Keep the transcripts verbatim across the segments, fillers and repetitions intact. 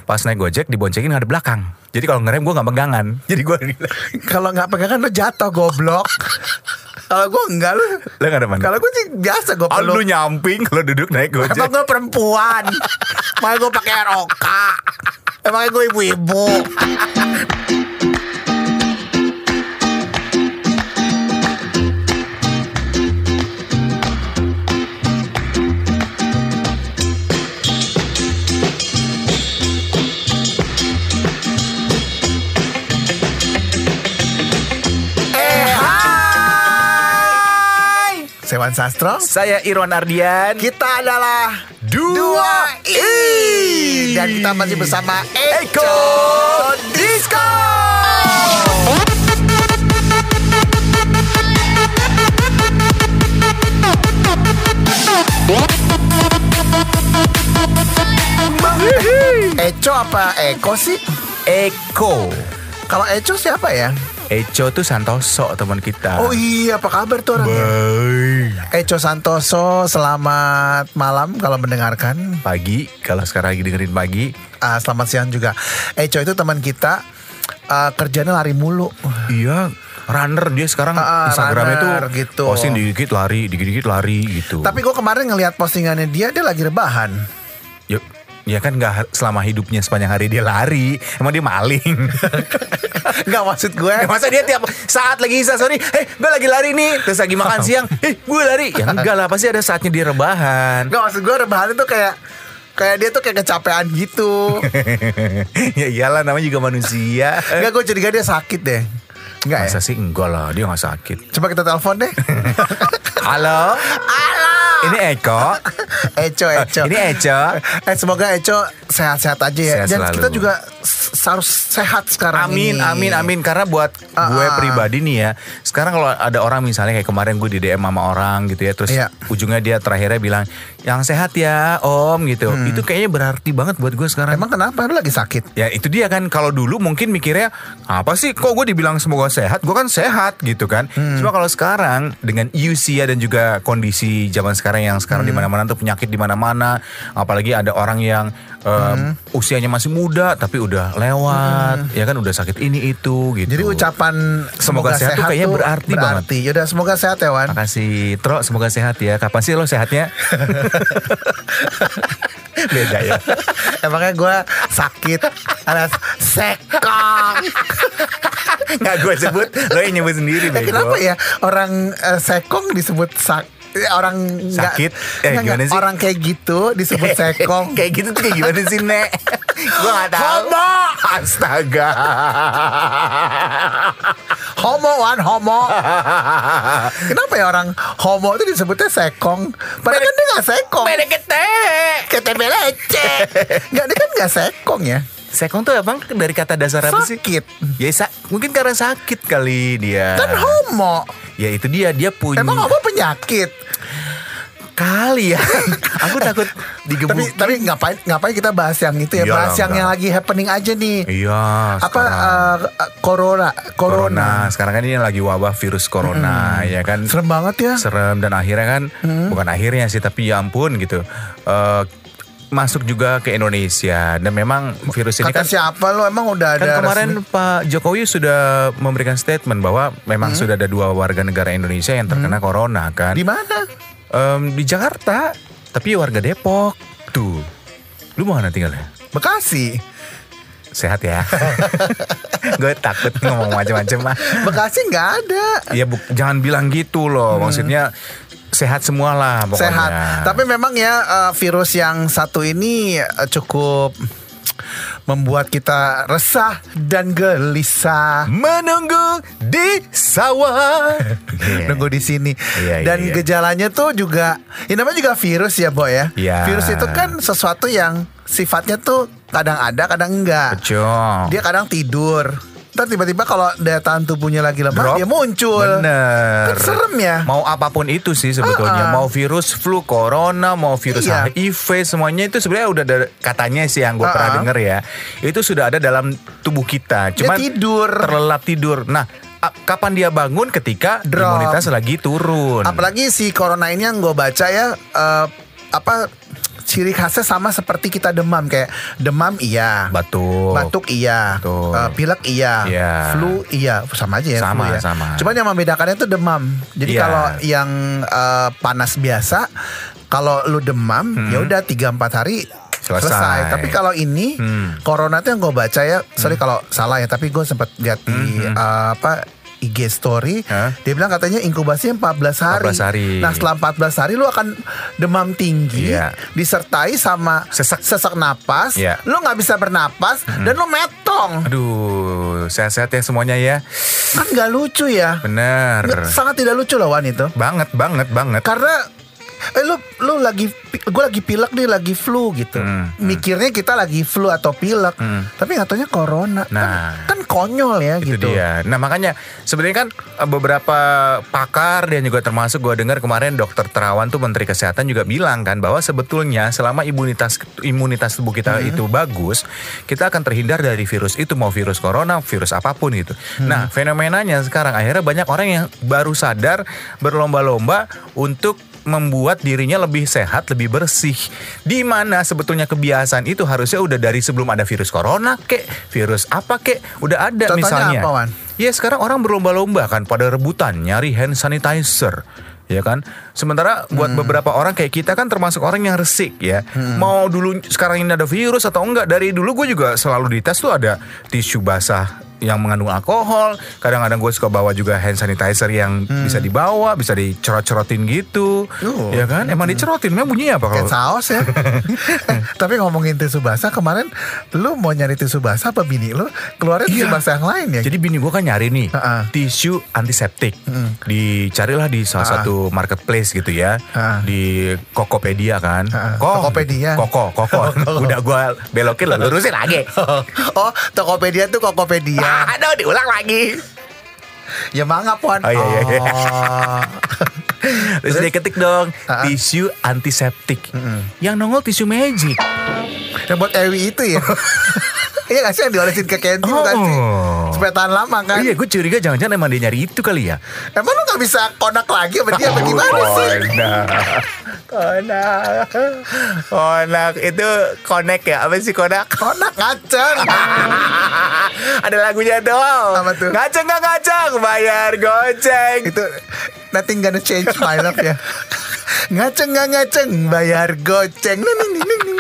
pas naik Gojek diboncengin ngadep belakang. Jadi kalau ngerem gue nggak pegangan. Jadi gue kalau nggak pegangan lo jatuh goblok. Kalau gue enggak lu. Lo ngadep mana? Kalau gue sih biasa gue Oh, peluk. lu nyamping kalau duduk naik Gojek. Emang gue perempuan. Makanya gue pakai roka. Emangnya gue ibu-ibu. Saya Wan Sastro. Saya Irwan Ardian. Kita adalah Dua I. Dan kita masih bersama Eko Disco. Eco apa Eko sih? Eko. Kalau Eco siapa ya? Eco tuh Santoso teman kita. Oh iya, apa kabar tuh orangnya? Baik. Eco Santoso, selamat malam kalau mendengarkan. Pagi, kalau sekarang lagi dengerin pagi. Uh, selamat siang juga. Eco itu teman kita, uh, kerjanya lari mulu. Iya, runner dia sekarang uh, Instagramnya tuh gitu. posting dikit lari, dikit-dikit lari gitu. Tapi gue kemarin ngelihat postingannya dia, dia lagi rebahan. Yuk, ya kan nggak selama hidupnya sepanjang hari dia lari, emang dia maling. Nggak maksud gue. Ya, masa dia tiap saat lagi Insta story, eh gue lagi lari nih, terus lagi makan siang, eh gue lari. Ya enggak lah, pasti ada saatnya dia rebahan. Nggak maksud gue rebahan itu kayak kayak dia tuh kayak kecapean gitu. Ya iyalah, namanya juga manusia. Nggak, gue curiga dia sakit deh. Enggak Masa ya? sih enggak lah, dia gak sakit. Coba kita telepon deh. Halo. Halo. Ini Eko. Eco, Eco. Ini Eco. Eh, semoga Eco sehat-sehat aja ya. Sehat Dan selalu. kita juga s- harus sehat sekarang Amin, ini. amin, amin. Karena buat Uh-uh. gue pribadi nih ya, sekarang kalau ada orang misalnya kayak kemarin gue di D M sama orang gitu ya, terus Iya. ujungnya dia terakhirnya bilang, yang sehat ya om gitu. Hmm. Itu kayaknya berarti banget buat gue sekarang. Emang kenapa? Lu lagi sakit? Ya itu dia kan, kalau dulu mungkin mikirnya apa sih kok gue dibilang semoga sehat, gue kan sehat gitu kan. Hmm. Cuma kalau sekarang dengan usia dan juga kondisi zaman sekarang yang sekarang Hmm. di mana-mana tuh penyakit di mana-mana, apalagi ada orang yang um, Hmm. usianya masih muda tapi udah lewat, ya kan udah sakit ini itu gitu. Jadi ucapan Semoga sehat tuh kayaknya berarti banget. berarti. Yaudah, semoga sehat ya Wan. Makasih Tro, semoga sehat ya. Kapan sih lo sehatnya? Beda ya. Emangnya gue sakit alias sekong. Nggak gue sebut, lo yang nyebut sendiri. Eh, bego. kenapa ya orang eh, sekong disebut sak eh, orang nggak- Sakit? Eh, nggak, gimana nggak, sih? orang kayak gitu disebut sekong. Kayak gitu tuh kayak gimana sih, Nek? Gue gak tahu. Homo. Astaga. Homo Wan, homo. Kenapa ya orang homo itu disebutnya sekong? Padahal kan dia nggak sekong. Beda kete. Kete belece. Nggak, dia kan nggak sekong ya. Sekong tuh emang dari kata dasar apa sih? Sakit. Ya sa- mungkin karena sakit kali dia. Kan homo. Ya itu dia, dia punya. Emang homo penyakit. Kali ya. Aku takut digebuk. Tapi tapi ngapain ngapain kita bahas yang itu ya? Iyalah, Bahas yang enggak. yang lagi happening aja nih. Iya. Apa sekarang. uh, corona, corona. Corona. Sekarang kan ini lagi wabah virus corona, ya kan. Serem banget ya. Serem, dan akhirnya kan bukan akhirnya sih, tapi ya ampun gitu. Eh, masuk juga ke Indonesia, dan memang virus ini Kata kan siapa lo? Emang udah kan ada kemarin resmi? Pak Jokowi sudah memberikan statement bahwa memang sudah ada dua warga negara Indonesia yang terkena corona kan. Di mana? Em, di Jakarta, tapi warga Depok. Tuh, lu mana tinggalnya? Bekasi. Sehat ya. Gue takut ngomong macam-macam mah. Bekasi nggak ada. Ya bu, jangan bilang gitu loh. Maksudnya sehat semua lah pokoknya. Sehat. Tapi memang ya uh, virus yang satu ini uh, cukup membuat kita resah dan gelisah. Menunggu di sawah. Yeah. Nunggu di sini. Iya, iya, Dan iya. gejalanya tuh juga, ini namanya juga virus ya Boy ya. Iya. Virus itu kan sesuatu yang sifatnya tuh kadang ada, kadang enggak. Betul. Dia kadang tidur. Ntar tiba-tiba kalau daya tahan tubuhnya lagi lemah, Drop. dia muncul. Bener. Kan serem ya. Mau apapun itu sih sebetulnya. Uh-uh. Mau virus flu, corona, mau virus Iya. H I V, semuanya itu sebenarnya udah ada, katanya sih yang gue Uh-uh. pernah denger ya. Itu sudah ada dalam tubuh kita. Cuman Dia tidur. terlelap tidur. Nah, a- kapan dia bangun? Ketika Drop. imunitas lagi turun. Apalagi si corona ini yang gue baca ya, eh, apa ciri khasnya sama seperti kita demam, kayak demam iya, Batuk. batuk iya, Betul. uh, pilek iya, Iya. flu iya, sama aja ya. Sama, flu ya. sama. Cuman yang membedakannya itu demam. Jadi Iya. kalau yang uh, panas biasa, kalau lu demam Hmm. ya udah tiga empat hari Selesai. selesai. Tapi kalau ini Hmm. corona tuh yang gue baca ya, sorry kalau salah ya, tapi gue sempat lihat di Hmm. uh, apa I G story, Hah? dia bilang katanya inkubasinya empat belas hari. empat belas hari. Nah setelah empat belas hari lu akan demam tinggi, Iya. disertai sama Sesak. sesak napas, Iya. lu nggak bisa bernapas dan lu metong. Aduh, sehat-sehat ya semuanya ya. Kan nggak lucu ya? Bener. Nggak- sangat tidak lucu loh Wan itu. Banget, banget, banget. Karena eh lu lu lagi gue lagi pilek nih, lagi flu gitu. Hmm, hmm. Mikirnya kita lagi flu atau pilek, Hmm. tapi nggak taunya corona. Nah. kan, kan konyol ya Itu gitu. dia. Nah makanya sebenarnya kan eh, beberapa pakar dan juga termasuk gue dengar kemarin dokter Terawan tuh Menteri Kesehatan juga bilang kan bahwa sebetulnya selama imunitas imunitas tubuh kita Hmm. itu bagus, kita akan terhindar dari virus itu, mau virus corona, virus apapun gitu. Hmm. Nah fenomenanya sekarang akhirnya banyak orang yang baru sadar berlomba-lomba untuk membuat dirinya lebih sehat, lebih bersih. Di mana sebetulnya kebiasaan itu harusnya udah dari sebelum ada virus corona kek, virus apa kek, udah ada. Contohnya misalnya. apa, Wan? Ya sekarang orang berlomba-lomba kan pada rebutan nyari hand sanitizer. Ya kan, sementara buat Hmm. beberapa orang kayak kita kan termasuk orang yang resik ya. Mau dulu sekarang ini ada virus atau enggak, dari dulu gue juga selalu dites tuh ada tisu basah yang mengandung alkohol. Kadang-kadang gue suka bawa juga hand sanitizer yang bisa dibawa, bisa dicerot-cerotin gitu. Oh. Ya kan, emang dicerotin, memang bunyinya apa Kayak kalau? saus ya. Eh, tapi ngomongin tisu basah, kemarin lu mau nyari tisu basah apa bini lu keluarin tisu Iya. basah yang lain ya? Jadi bini gue kan nyari nih Ha-ha. tisu antiseptik. Dicarilah di salah Ha-ha. satu marketplace gitu ya. Ha-ha. Di Kokopedia kan. Ha-ha. Kok- Tokopedia. Koko, koko. Udah gue belokin lah, lurusin lagi. Oh, Tokopedia tuh Kokopedia. Ah, aduh, diulang lagi. Ya mangap Wan. Oh, iya, iya, iya. Oh. Terus dia ketik dong, Ha-ha. tisu antiseptik. Yang nongol tisu magic. Yang buat Ewi itu ya. Iya gak sih yang diolesin ke Kenty Oh. bukan sih? Supaya tahan lama kan. Iya, gue curiga jangan-jangan emang dia nyari itu kali ya. Emang lu gak bisa konak lagi sama dia? Bagaimana sih? Konak. Konak. Konak itu connect ya? Apa sih konak? Konak ngaceng. Ada lagunya dong. Apa tuh? Ngaceng gak ngaceng, bayar goceng. Itu nothing gonna change my love ya. Ngaceng gak ngaceng, bayar goceng. Nih, nih, nih, nih, nih.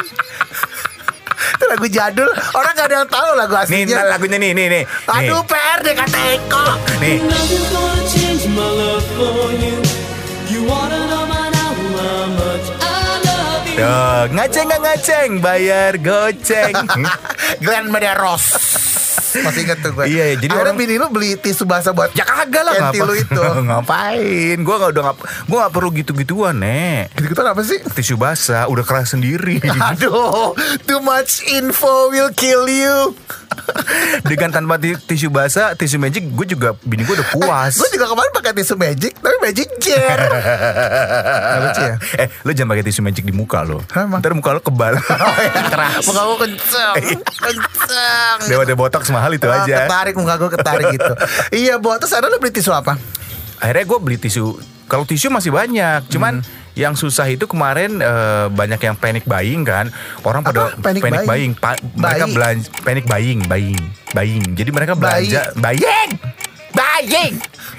Itu lagu jadul. Orang gak ada yang tahu lagu Nih, aslinya. nah, lagunya nih, nih, nih. Aduh P R D kata Eko. Nih. Nothing's gonna change my love for you. You wanna know by now how much I love you. Tuh, ngaceng gak ngaceng, bayar goceng. Glenn Medeiros. Masih inget tuh gue. Iya, iya, jadi akhirnya orang- bini lu beli tisu basah buat Ya kagak lah, Kenty ngapa- lu itu. ngapain? Gue gak udah gak, gue gak perlu gitu-gituan, Nek. Gitu-gituan apa sih? Tisu basah udah keras sendiri. Aduh, too much info will kill you. Dengan tanpa ti- tisu basah, tisu magic, gue juga bini gue udah puas. Gue juga kemarin pakai tisu magic, tapi magic jar. Gak lucu ya? Eh, lo jangan pakai tisu magic di muka lo. Hah, emang? Ntar muka lo kebal. Keras. Muka gue kenceng, kenceng. Dewa de botox mahal itu Ah, aja. Ketarik muka gue ketarik gitu. Iya, buat terus ada lu beli tisu apa? Akhirnya gue beli tisu. Kalau tisu masih banyak, cuman yang susah itu kemarin eh, banyak yang panic buying kan. Orang pada Apa? Panic buying? buying. Pa- mereka Bayi? belanja panic buying, buying, buying. Jadi mereka belanja buying, buying.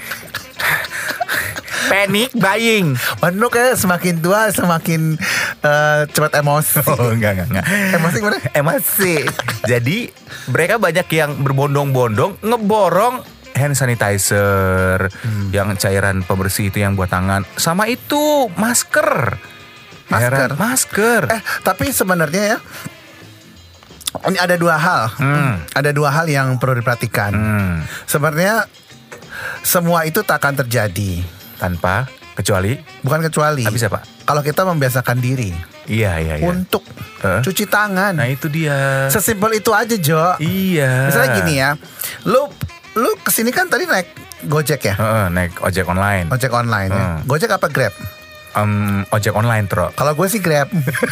Panic buying. Manu kayak semakin tua semakin eh, cepat emosi. Oh enggak enggak enggak. Emosi gimana? Emosi. Jadi mereka banyak yang berbondong-bondong ngeborong hand sanitizer, yang cairan pembersih itu yang buat tangan, sama itu masker. Masker? Heran, masker. Eh, tapi sebenarnya ya, ini ada dua hal. Hmm. Ada dua hal yang perlu diperhatikan. Hmm, Sebenarnya semua itu tak akan terjadi, tanpa kecuali bukan kecuali habis apa? kalau kita membiasakan diri Iya iya iya. untuk Hah? cuci tangan. Nah itu dia. Sesimpel itu aja, Jo. Iya. Misalnya gini ya, lu lu kesini kan tadi naik Gojek ya, Heeh, naik ojek online. ojek online ya. Hmm. Gojek apa Grab? Em, ojek online tro. Kalau gue sih Grab.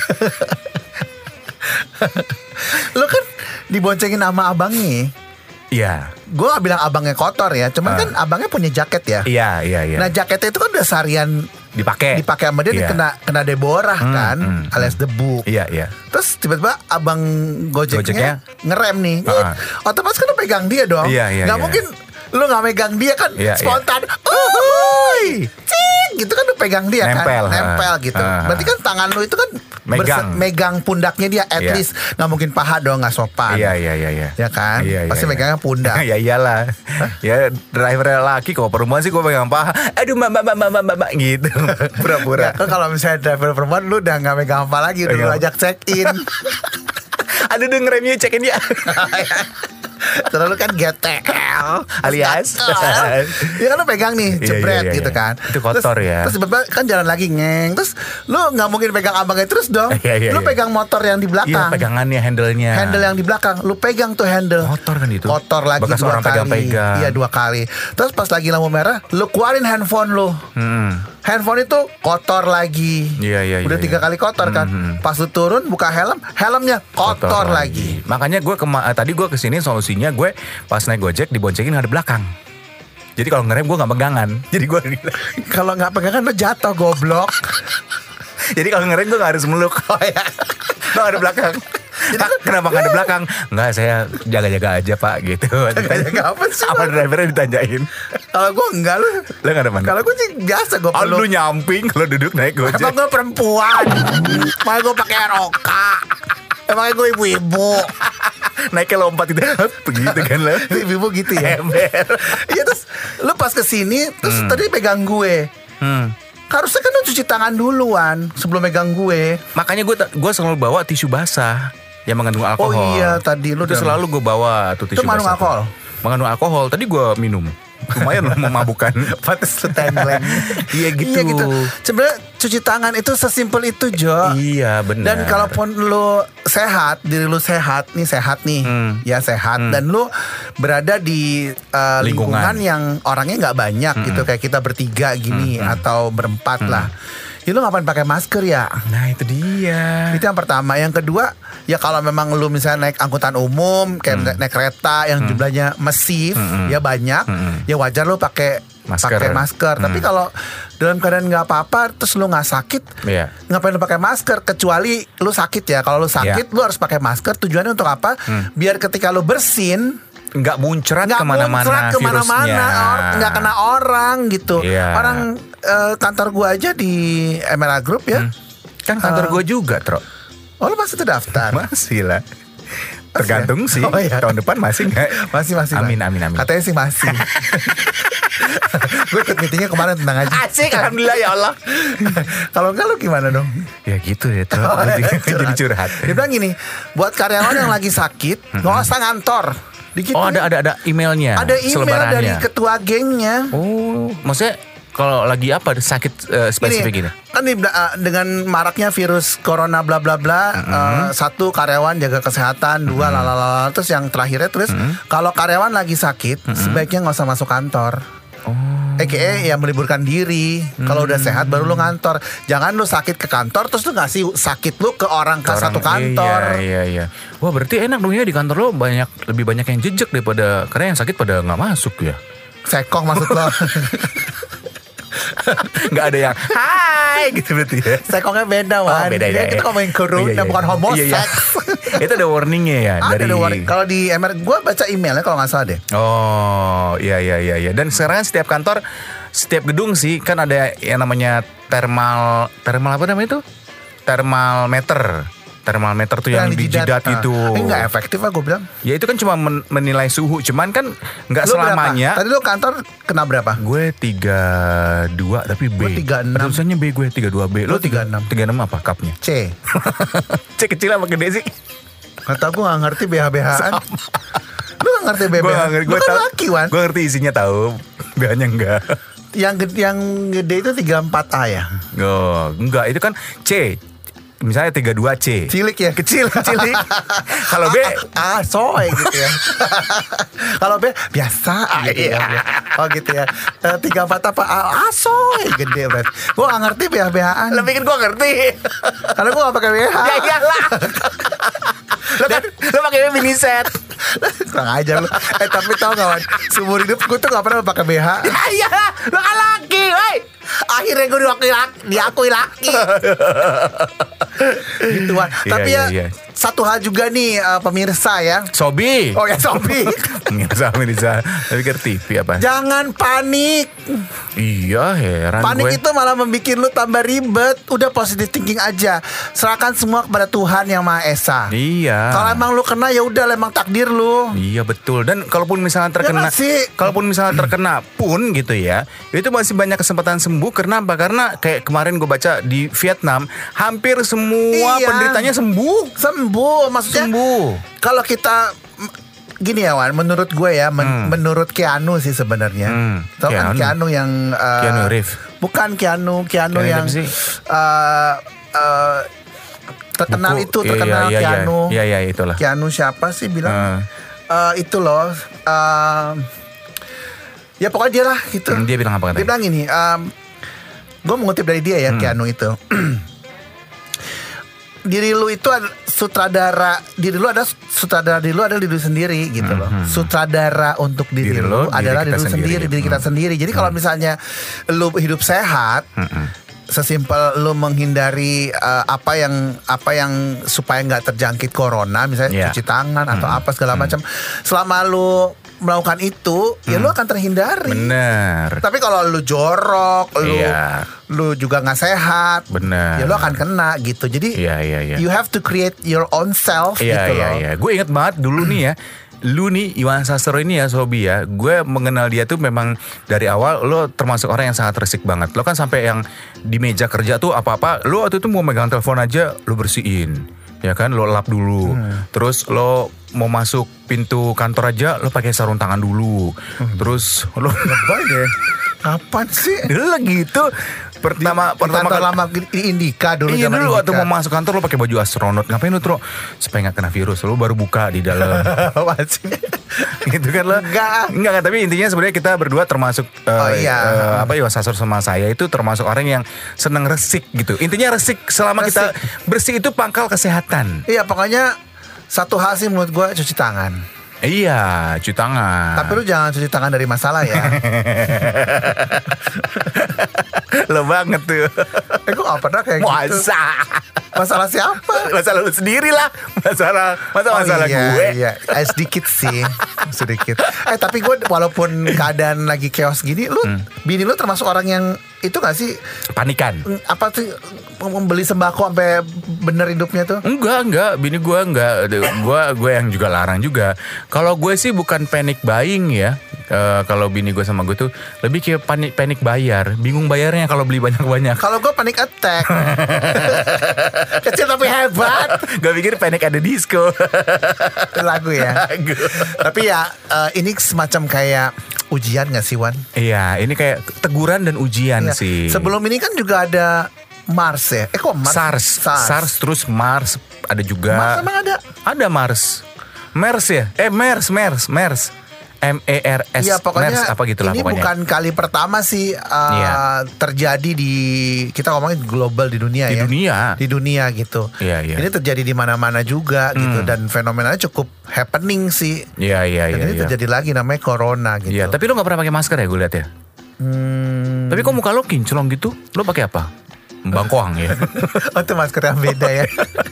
Lu kan diboncengin sama abangnya. Iya. Gue gak bilang abangnya kotor ya, cuman Ah. kan abangnya punya jaket ya. Iya iya iya. Nah jaketnya itu kan udah seharian Dipakai. dipakai sama dia, Iya. kena kena Deborah kan, hmm, alias debu. Iya, iya. Terus tiba-tiba abang Gojeknya, Gojeknya ngerem nih. Uh-uh. Otomatis kan lu pegang dia dong. Iya, iya, Gak iya. mungkin lu gak megang dia kan, Iya, spontan. Uhuy, cing, gitu kan lu pegang dia Nempel, kan. Nempel uh, gitu. uh, Berarti kan tangan lu itu kan Megang. berse- megang pundaknya dia. At Iya. least gak mungkin paha dong, gak sopan. Iya, iya, iya, iya. Ya kan? Iya, iya, Pasti iya. megangnya pundak. Ya iyalah. Ya driver laki kalau perempuan sih gue pegang paha. Aduh mbak mbak mbak mbak mbak, mbak gitu. Pura-pura. Ya, kan kalau misalnya driver perempuan lu udah gak megang apa lagi, udah lu Megang. ajak check in. Aduh denger remnya cekin dia. Terus lu kan G T L Alias. ya kan lu pegang nih, Iya, jebret iya, iya, gitu iya. kan. Itu kotor terus, ya. Terus tiba-tiba kan jalan lagi ngeng. Terus lu gak mungkin pegang abangnya terus dong. Iya, iya, Lu iya. pegang motor yang di Iya belakang. pegangannya, handle-nya. Handle yang di belakang, lu pegang tuh handle. Kotor kan itu. Kotor lagi Bekas dua orang kali. pegang-pegang. Iya dua kali. Terus pas lagi lampu merah, lu keluarin handphone lu. Hmm. Handphone itu kotor lagi. Iya, iya, Udah iya, tiga iya. kali kotor kan. Mhm. Pas lu turun buka helm, helmnya kotor, lagi. Makanya gue kema- tadi gue kesini solusinya gue pas naik Gojek diboncekin ngadep belakang. Jadi kalau ngerem gue nggak pegangan. Jadi gue Kalau nggak pegangan lu jatuh goblok. jadi kalau ngerem gue nggak harus meluk. Oh ya. Lo ada belakang. Pak, kenapa nggak ada belakang? Enggak, saya jaga-jaga aja pak gitu. Jaga-jaga apa sih, Apa Bang? drivernya ditanyain? Kalau gue enggak lu. Lo nggak ada mana? Kalau gue sih biasa gue Oh, lu peluk. nyamping kalau duduk naik Gojek. Emang gue perempuan. Emang gue pakai roka. Emang gue ibu-ibu. Naiknya lompat gitu. Hup, begitu kan lo. Ibu-ibu gitu ya. Ember. Iya terus lu pas kesini terus tadi pegang gue. Hmm. Harusnya kan lu cuci tangan duluan sebelum megang gue. Makanya gue gue selalu bawa tisu basah yang mengandung alkohol. Oh iya, tadi lu itu udah- selalu gue bawa tuh tisu Itu mengandung basah. alkohol? Mengandung alkohol. Tadi gue minum. Lumayan loh memabukkan. Pantes lu tengkleng. Iya gitu. Iya gitu. Sebenarnya cuci tangan itu sesimpel itu, Jo. Iya benar. Dan kalaupun lu sehat, diri lu sehat, nih sehat nih, Hmm. ya sehat, dan lu berada di uh, lingkungan. Lingkungan. yang orangnya nggak banyak gitu, kayak kita bertiga gini atau berempat lah, ya lu ngapain pakai masker ya? Nah itu dia. Itu yang pertama. Yang kedua, ya kalau memang lu misalnya naik angkutan umum, kayak naik, naik kereta yang jumlahnya masif, ya banyak, ya wajar lu pakai Masker. pakai masker. Tapi kalau dalam keadaan nggak apa-apa, terus lu nggak sakit, Iya. ngapain lu pakai masker? Kecuali lu sakit ya. Kalau lu sakit, lu harus pakai masker. Tujuannya untuk apa? Biar ketika lu bersin, Nggak muncrat nggak kemana-mana muncrat kemana-mana, virusnya. or- nggak kena orang gitu. Iya. Orang eh, kantor gua aja di Emerald Group ya. Kan kantor Eh, gue juga, Tro. Oh lu masih terdaftar? Masih lah. Tergantung sih. Oh, iya. Tahun depan masih nggak? Masih masih. Amin Bang. amin amin. Katanya sih masih. Gue ikut meetingnya kemarin, tenang aja. Asik, alhamdulillah ya Allah. Kalau enggak lu gimana dong? Ya gitu ya, Tro. Oh, Jadi, ya, jadi curhat. Dia bilang gini, buat karyawan yang lagi sakit, nggak usah ngantor. Dikit Oh ada ada ada emailnya. ada email selebarannya. dari ketua gengnya. Oh, maksudnya kalau lagi apa sakit eh, spesifik ini? Kan di, uh, dengan maraknya virus corona bla bla bla, uh, satu karyawan jaga kesehatan, dua lalala, terus yang terakhirnya terus kalau karyawan lagi sakit sebaiknya nggak usah masuk kantor. Oh. A K A ya meliburkan diri. Kalau udah sehat baru lu ngantor. Jangan lu sakit ke kantor terus lu ngasih sakit lu ke orang ke Orang- satu kantor. Iya, iya, iya. Wah, berarti enak dong ya di kantor lo banyak lebih banyak yang jejak daripada karena yang sakit pada nggak masuk ya. Sekong maksud lo. Nggak ada yang hai gitu berarti ya. Sekongnya beda, Oh, Wan. beda, Ya, ya, kita ya. ngomongin corona, Iya, iya, bukan iya. homo Iya, iya. seks. Itu ada warningnya ya Ada dari. ada warning. Kalau di Emer, gue baca emailnya kalau nggak salah deh. Oh, iya iya iya iya. Dan sekarang kan setiap kantor, setiap gedung sih kan ada yang namanya thermal thermal apa namanya itu? Thermal meter. Thermal meter tuh yang, di jidat Ah. itu. Eh, nggak efektif lah gue bilang. Ya itu kan cuma men- menilai suhu, cuman kan nggak Lu berapa? selamanya. Tadi lu kantor kena berapa? Gue tiga dua tapi B. Gue tiga enam. Ada tulisannya B gue tiga dua B. Lu tiga enam. tiga enam apa cupnya? C. C kecil apa gede sih? Kata gue gak ngerti B H B H-an. Lu gak ngerti B H B H? Gue gak ngerti. Lu Gue kan tahu. laki, Wan. Gue ngerti isinya tahu. B-nya enggak. Yang gede, yang gede itu tiga empat A ya? Oh, enggak. Itu kan C. Misalnya tiga dua C. Cilik ya? Kecil, cilik. Kalau B Ah, soy gitu ya. Kalau B biasa gitu iya. ya. Oh gitu ya. Eh, tiga empat apa? Ah, soy gede berarti. Gue gak ngerti B H B H-an. lo pikir gue ngerti? Karena gue gak pakai B H. Ya iyalah. Lo kan lo pakai mini set. Kurang ajar lu. Eh tapi tau gak Wan, seumur hidup gue tuh gak pernah pakai B H. Iya, lu kan laki, woi. Akhirnya gue diakui laki, diakui laki. Gitu Wan. Iya, Tapi iya, ya iya. satu hal juga nih uh, pemirsa ya. Sobi. Oh ya Sobi. Mirza, Mirza. Tapi ke T V apa? Jangan panik. Iya, heran Panik gue. itu malah membuat lu tambah ribet. Udah positive thinking aja. Serahkan semua kepada Tuhan yang Maha Esa. Iya. Kalau emang lu kena ya udah emang takdir lu. Iya betul. Dan kalaupun misalnya terkena, nggak sih? kalaupun misalnya terkena pun gitu ya, itu masih banyak kesempatan sembuh. Karena apa? Karena kayak kemarin gue baca di Vietnam, hampir semua Iya. penderitanya sembuh. Sembuh. Maksudnya Sembuh. kalau kita gini ya Wan, menurut gue ya, men- menurut Keanu sih sebenarnya. Hmm, Tau kan Keanu. Keanu yang uh, Keanu Reeves. Bukan Keanu, Keanu Keanu yang siapa sih? uh, uh, terkenal Buku. itu, Iya, terkenal iya, iya, Keanu. Iya, iya, itulah. Keanu siapa sih bilang? Uh. Uh, itu loh. Uh, ya pokoknya dia lah gitu. Hmm, dia bilang apa katanya? Dia bilang gini, um, gue mengutip dari dia ya, Hmm. Keanu itu. Diri lu itu ada sutradara, diri lu ada sutradara diri lu adalah diri lu sendiri gitu loh. Sutradara untuk diri, Diri lu lu, adalah diri diri kita lu sendiri, sendiri. diri kita Hmm. sendiri. Jadi kalau misalnya lu hidup sehat, sesimpel lu menghindari uh, apa yang apa yang supaya nggak terjangkit corona, misalnya Yeah. cuci tangan atau apa segala macam. Selama lu melakukan itu, ya lu akan terhindari. Bener. Tapi kalau lu jorok, lu Iya. lu juga nggak sehat, Bener. ya lu akan kena gitu. Jadi Iya, iya, iya. you have to create your own self Iya, gitu iya, loh. iya. Gue inget banget dulu nih ya. Lu nih Iwan Sastro ini ya Sobi ya, gue mengenal dia tuh memang dari awal lo termasuk orang yang sangat resik banget. Lo kan sampai yang di meja kerja tuh apa-apa, lo waktu itu mau megang telepon aja lo bersihin, ya kan, lo lap dulu. Terus lo mau masuk pintu kantor aja lo pakai sarung tangan dulu. Terus lo Lebay deh. Kapan sih? dulu gitu. Pertama Di pertama kantor kali- lama di Indika dulu. Iya zaman dulu waktu Indika. mau masuk kantor lo pakai baju astronot. Ngapain lo Tro? Supaya nggak kena virus. Lo baru buka di dalam. Masih. Gitu kan lo? Enggak. Enggak kan, tapi intinya sebenarnya kita berdua termasuk eh, Oh, iya. eh, apa Iwan Sastro sama saya itu termasuk orang yang seneng resik gitu. Intinya resik selama kita bersih itu pangkal kesehatan. Iya pokoknya satu hal sih menurut gue cuci tangan. Iya, cuci tangan. Tapi lu jangan cuci tangan dari masalah ya. Lo banget tuh. Eh gue gak pernah kayak gitu. Masa? Masalah siapa? Masalah lu sendiri lah. Masalah masa Oh, masalah iya, gue. Iya, eh, sedikit sih, sedikit. Eh tapi gue walaupun keadaan lagi chaos gini, lu bini lu termasuk orang yang itu gak sih Panikan. mm, apa sih membeli sembako sampai bener hidupnya tuh? Enggak, enggak, bini gue enggak. Gue gue yang juga larang juga. Kalau gue sih bukan panic buying ya. Eh, kalau bini gue sama gue tuh lebih kayak panik panik bayar, bingung bayarnya kalau beli banyak-banyak. Kalau gue panic attack. Kecil tapi hebat. Gak pikir panik ada disco. Itu lagu ya. Lagu. Tapi ya eh, ini semacam kayak ujian gak sih Wan? Iya, ini kayak teguran dan ujian Iya. sih. Sebelum ini kan juga ada Mars ya. Eh kok Mars? SARS, SARS, terus Mars ada juga. Mars emang ada? Ada Mars, MERS ya? Eh MERS, MERS, MERS, M E R S, Iya pokoknya MERS apa gitulah ini pokoknya. bukan kali pertama sih uh, Iya. terjadi di kita ngomongin global di dunia Di ya. dunia. Di dunia gitu. Iya, iya. Ini terjadi di mana-mana juga gitu Hmm. dan fenomenanya cukup happening sih. Iya, iya, Dan iya. ini iya. terjadi lagi namanya corona gitu. Iya, tapi lo nggak pernah pakai masker ya gue lihat ya. Hmm. Tapi kok muka lo kinclong gitu? Lo pakai apa? Bangkoang ya. Oh itu masker yang beda ya.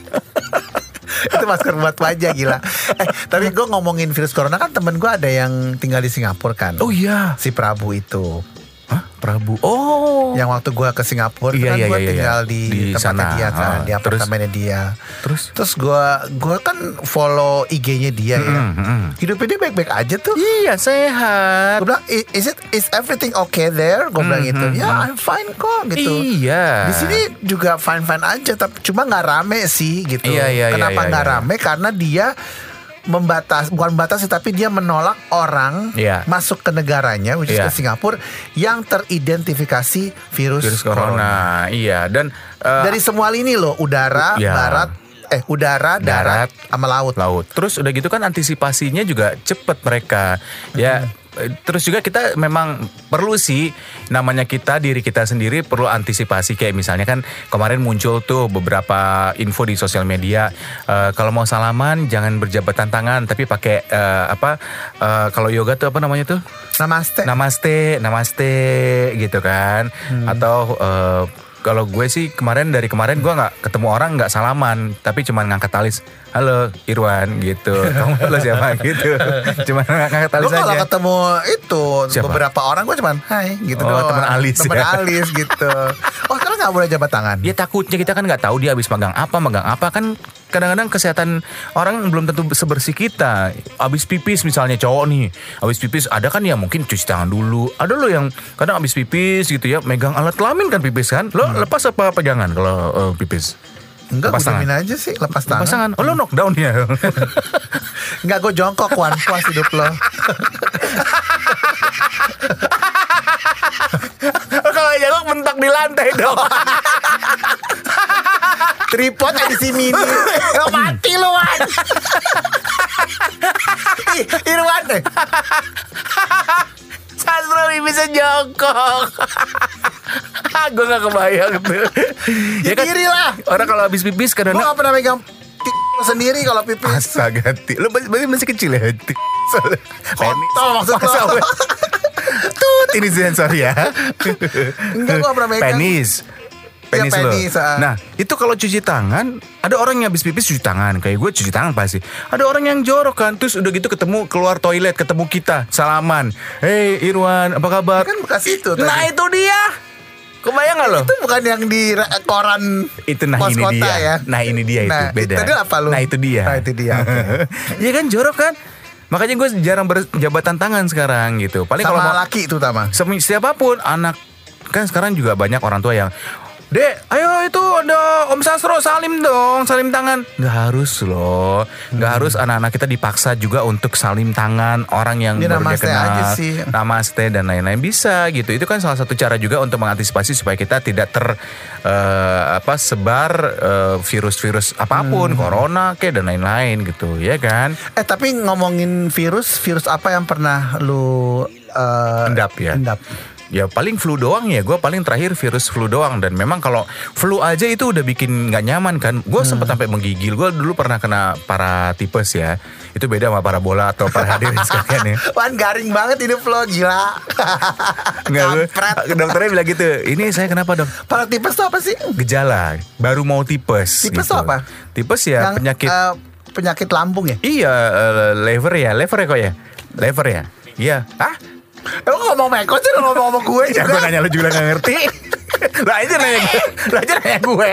Itu masker buat wajah gila. Eh tapi gue ngomongin virus corona kan temen gue ada yang tinggal di Singapura kan. Oh iya. Si Prabu itu. Hah? Prabu. Oh. Yang waktu gue ke Singapura Iya, kan iya, gue iya, tinggal iya. di, Di tempatnya sana. dia kan, Ah, di apartemennya dia. Terus? Terus gue gue kan follow I G-nya dia ya. Mm, mm, mm. Hidupnya dia baik-baik aja tuh. Iya, sehat. Gue bilang, "I- is it is everything okay there?" Gue bilang gitu. Ya, I'm fine kok gitu. Iya. Di sini juga fine-fine aja, tapi cuma nggak rame sih gitu. Iya, iya, iya, Kenapa iya, nggak iya. rame? Karena dia membatas, bukan membatasi, tapi dia menolak orang Iya. masuk ke negaranya, which is Iya. ke Singapura, yang teridentifikasi virus, Virus corona. Iya, dan eh, Dari semua lini loh, udara, Iya. barat, eh udara, darat, Darat. sama laut. laut. Terus udah gitu kan antisipasinya juga cepet mereka. Ya eh, terus juga kita memang perlu sih, namanya kita diri kita sendiri perlu antisipasi. Kayak misalnya kan kemarin muncul tuh beberapa info di sosial media, eh, kalau mau salaman jangan berjabatan tangan tapi pakai eh, apa eh, kalau yoga tuh apa namanya tuh? Namaste. Namaste, namaste gitu kan. Atau eh, kalau gue sih kemarin dari kemarin gue nggak ketemu orang nggak salaman, tapi cuman ngangkat alis, halo Irwan gitu. Kamu lo siapa gitu. Cuman ngangkat alis Gue kalau aja. ketemu itu Siapa? beberapa orang gue cuman hai gitu Oh, doang. temen alis Temen ya. alis gitu. Oh sekarang nggak boleh jabat tangan. Ya takutnya kita kan nggak tahu dia habis magang apa, magang apa kan. Kadang-kadang kesehatan orang belum tentu sebersih kita. Abis pipis misalnya cowok nih, abis pipis ada kan ya mungkin cuci tangan dulu. Ada lo yang kadang abis pipis gitu ya, megang alat kelamin kan pipis kan. Lo lepas apa pegangan kalau eh, pipis? Enggak, Lepas gue tangan. jamin aja sih lepas tangan. Lepas tangan. Oh lo knockdown ya? Enggak, gue jongkok Wan, puas hidup lo. Kalau jongkok mentok di lantai dong. Tripod ada di sini nih. Lo mati lo Wan. Ih, Irwan deh. Sastro bisa jongkok. Gue gak kebayang tuh. Ya diri lah. Orang kalau habis pipis Gue kadang-kadang gak pernah megang t- sendiri kalau pipis. astaga, ti- lo masih masih kecil ya. Ti- soalnya- Kontol maksud Masa lo. gue- Tut, ini sensor ya. Enggak, gua pernah megang. Penis. Ya, Penis lo. penis, ah. Nah, itu kalau cuci tangan, ada orang yang habis pipis cuci tangan. Kayak gue cuci tangan pasti. Ada orang yang jorok kan, terus udah gitu ketemu keluar toilet, ketemu kita, salaman. Hey Irwan, apa kabar? Kan bekas itu tadi. Nah itu dia. Kebayang gak lo? Itu bukan yang di ra- koran Itu nah pos ini kota dia. ya. Nah ini dia itu Nah, beda. itu apa lu? Nah itu dia. Nah, itu dia, oke. Iya kan jorok kan? Makanya gue jarang berjabatan tangan sekarang gitu. Paling kalau Sama mau laki itu utama. Semi- siapapun anak kan sekarang juga banyak orang tua yang Dek, ayo itu ada Om Sastro salim dong, salim tangan. Nggak harus loh, nggak Hmm. harus anak-anak kita dipaksa juga untuk salim tangan orang yang Dia baru dia namaste kenal. aja sih. Namaste dan lain-lain bisa gitu. Itu kan salah satu cara juga untuk mengantisipasi supaya kita tidak ter eh, apa sebar eh, virus-virus apapun, Hmm. corona kayak dan lain-lain gitu, ya kan? Eh tapi ngomongin virus, virus apa yang pernah lu eh, Endap ya. Endap. Ya paling flu doang ya. Gue paling terakhir virus flu doang. Dan memang kalau flu aja itu udah bikin gak nyaman kan. Gue sempet sampai menggigil. Gue dulu pernah kena paratipes ya. Itu beda sama parabola atau para hadirin sekalian ya. Wan garing banget hidup lo, gila. Enggak, gue Kampret. dokternya bilang gitu. Ini saya kenapa dok? Para tipes tuh apa sih? Gejala. Baru mau tipes. Tipes gitu. tuh apa? Tipes ya Yang, penyakit. eh, penyakit lambung ya? Iya eh, lever ya. Lever ya kok ya? Lever ya? Iya. Ah? Lo ngomong Meko sih, lo ngomong sama gue Ya gue juga. nanya lu juga gak ngerti. Lah aja nanya gue. Lah aja nanya gue.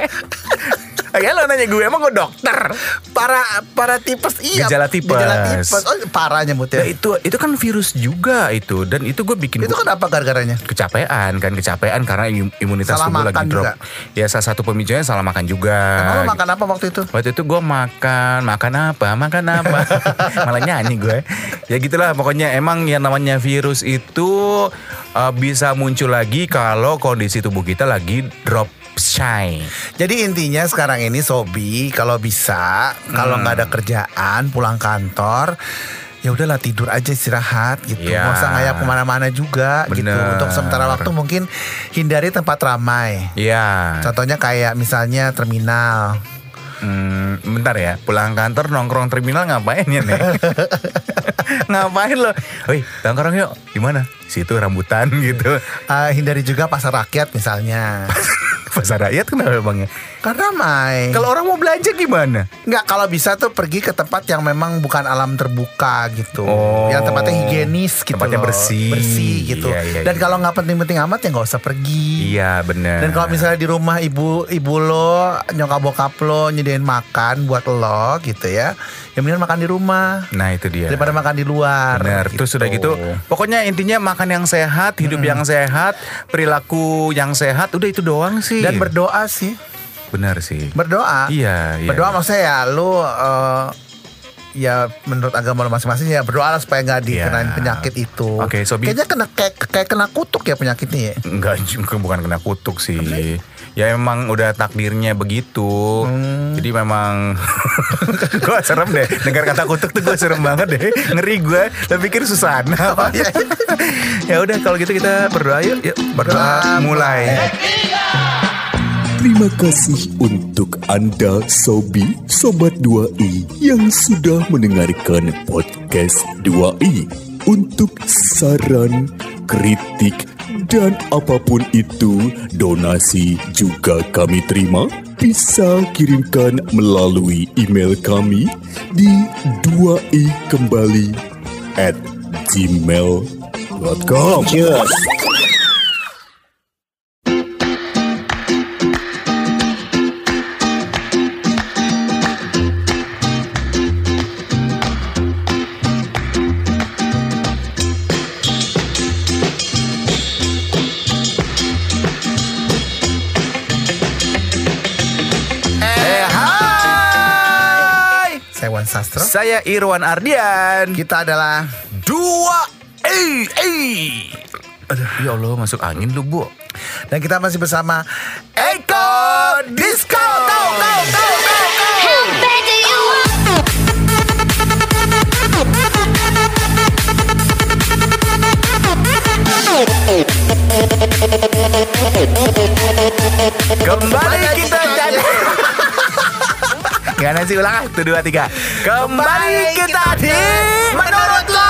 Ya lo nanya gue, emang gue dokter. Para para tipes iya. Gejala tipes. Gejala tipes. Oh, parah nyebutnya. Ya itu itu kan virus juga itu. Dan itu gue bikin Itu kenapa gara-garanya? kecapean kan kecapean karena im- imunitas Salah tubuh lagi makan drop. juga. Ya salah satu pemicunya salah makan juga. Emang lo makan apa waktu itu? Waktu itu gue makan makan apa makan apa malah nyanyi gue. Ya gitulah pokoknya emang yang namanya virus itu uh, bisa muncul lagi kalau kondisi tubuh kita lagi drop shy. Jadi intinya sekarang ini Sobi kalau bisa, kalau Hmm. nggak ada kerjaan, pulang kantor, ya udahlah tidur aja istirahat gitu. Iya. Nggak usah ngayap kemana-mana juga gitu. Bener. Untuk sementara waktu mungkin hindari tempat ramai. Iya. Contohnya kayak misalnya terminal. Hmm, bentar ya, pulang kantor nongkrong terminal ngapain ya nih? Ngapain lo? Woi, nongkrong yuk. Di mana? Situ rambutan gitu. Eh, hindari juga pasar rakyat misalnya. Pasar rakyat kenapa bang ya? Kan ramai. Kalau orang mau belanja gimana? Nggak, kalau bisa tuh pergi ke tempat yang memang bukan alam terbuka gitu. Oh. Yang tempatnya higienis gitu Tempatnya loh. bersih. Bersih gitu. Iya, iya, Dan iya. kalau nggak penting-penting amat ya nggak usah pergi. Iya benar. Dan kalau misalnya di rumah ibu ibu lo, nyokap bokap lo nyediain makan buat lo gitu ya, ya mendingan makan di rumah Nah itu dia. daripada makan di luar. Benar. Terus sudah gitu, pokoknya intinya makan yang sehat, hidup yang sehat, perilaku yang sehat, udah itu doang sih. Dan berdoa sih, benar sih. berdoa. Iya, iya. Berdoa maksudnya ya lu eh, ya menurut agama lo masing-masing ya berdoa lah supaya nggak dikenain Ya. penyakit itu. Oke, Sobi. Kayaknya kena kayak, kayak kena kutuk ya penyakitnya ya. Enggak, bukan kena kutuk sih. Ya emang udah takdirnya begitu. Hmm. Jadi memang gue serem deh. Dengar kata kutuk tuh gue serem banget deh. Ngeri gue. Lo pikir Susana apa? Ya udah kalau gitu kita berdoa yuk. Yuk berdoa mulai. Terima kasih untuk Anda Sobi Sobat dua i yang sudah mendengarkan podcast dua i. Untuk saran, kritik, dan apapun itu, donasi juga kami terima. Bisa kirimkan melalui email kami di dua i kembali at gmail dot com. Yes. Eh hai. Saya Wan Sastro. Saya Irwan Ardian. Kita adalah Dua eh eh. Aduh, ya Allah masuk angin lu, Bu. dan kita masih bersama Eko Disco. Go go go go go. Kembali kita jadi Gimana sih ulang ah? Satu, dua, tiga. Kembali kita di Menurut Lo.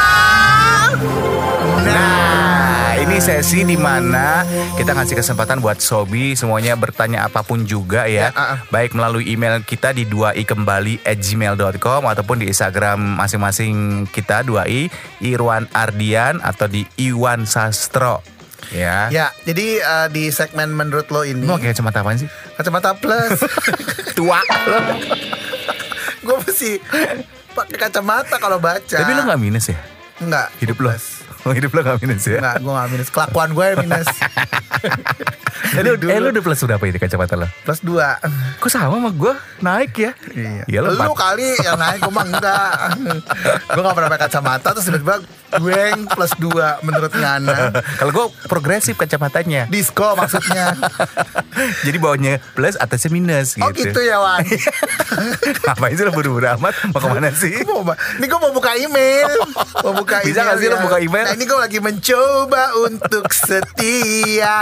Nah, ini sesi di mana kita ngasih kesempatan buat Sobi semuanya bertanya apapun juga ya. Ya, uh-uh. Baik melalui email kita di dua i kembali at gmail dot com ataupun di Instagram masing-masing kita dua i Irwan Ardian atau di Iwan Sastro. Ya. ya. Jadi uh, di segmen menurut lo ini Lu pakai kacamata apaan sih? kacamata plus. Tua. Gue mesti pakai kacamata kalau baca. Tapi lu gak minus ya? Enggak. Hidup lo. Hidup lo gak minus ya? Enggak, gue gak minus. Kelakuan gue minus. Eh lu, eh, lu udah plus berapa ini kacamata lo? Plus dua. Kok sama sama gue? Naik ya? Iya. Ya, lu Lu empat. kali yang naik, gue mah enggak. Gue gak pernah pakai kacamata. Terus tiba-tiba gue plus dua menurut Ngana. Kalau gue progresif kacamatanya. Disco maksudnya. Jadi bawahnya plus, atasnya minus gitu. Oh gitu ya Wan. Ngapain sih lo buru-buru amat? Mau kemana sih? Gua mau- Ini gue mau buka email. Mau buka Bisa email nggak sih lo ya. buka email? Nah ini gue lagi mencoba untuk setia.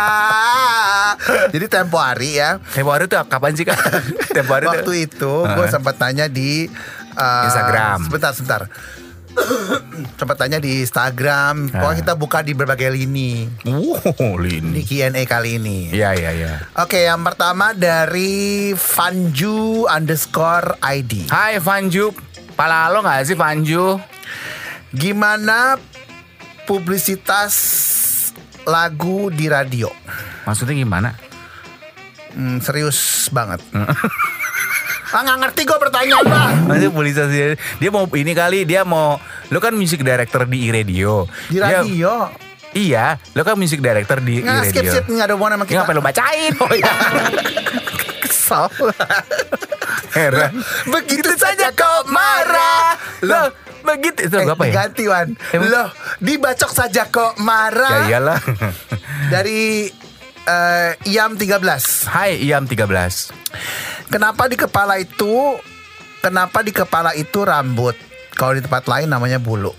Jadi tempo hari ya. Tempo hari tuh kapan sih Kak? Tempo hari Waktu tuh itu gue Heeh. sempat tanya di uh, Instagram. Sebentar, sebentar. Sempat tanya di Instagram. Pokoknya kita buka di berbagai lini. Wow, Di Lini. Q and A kali ini. Iya, iya, iya. Oke, yang pertama dari Vanju underscore I D. Hai Vanju. Pala lo gak sih Vanju? Gimana publisitas lagu di radio? Maksudnya gimana? Hmm, serius banget. Ah nggak ngerti gue pertanyaan bang. Maksudnya publisitas dia, dia mau ini kali, dia mau, lo kan music director di iRadio. Di Dia- radio. Iya, lo kan music director di Nggak skip iRadio. skip nggak ada hubungan sama Ya, kita. ngapain lo bacain? Oh iya. Kesal. Heran. Begitu saja kau marah. Lo begitu itu Eh, apa ya? diganti Wan. Emang? Loh, dibacok saja kok Ya marah. iyalah. Dari eh, Iam tiga belas. Hai Iam tiga belas. Kenapa di kepala itu Kenapa di kepala itu rambut? Kalau di tempat lain namanya bulu.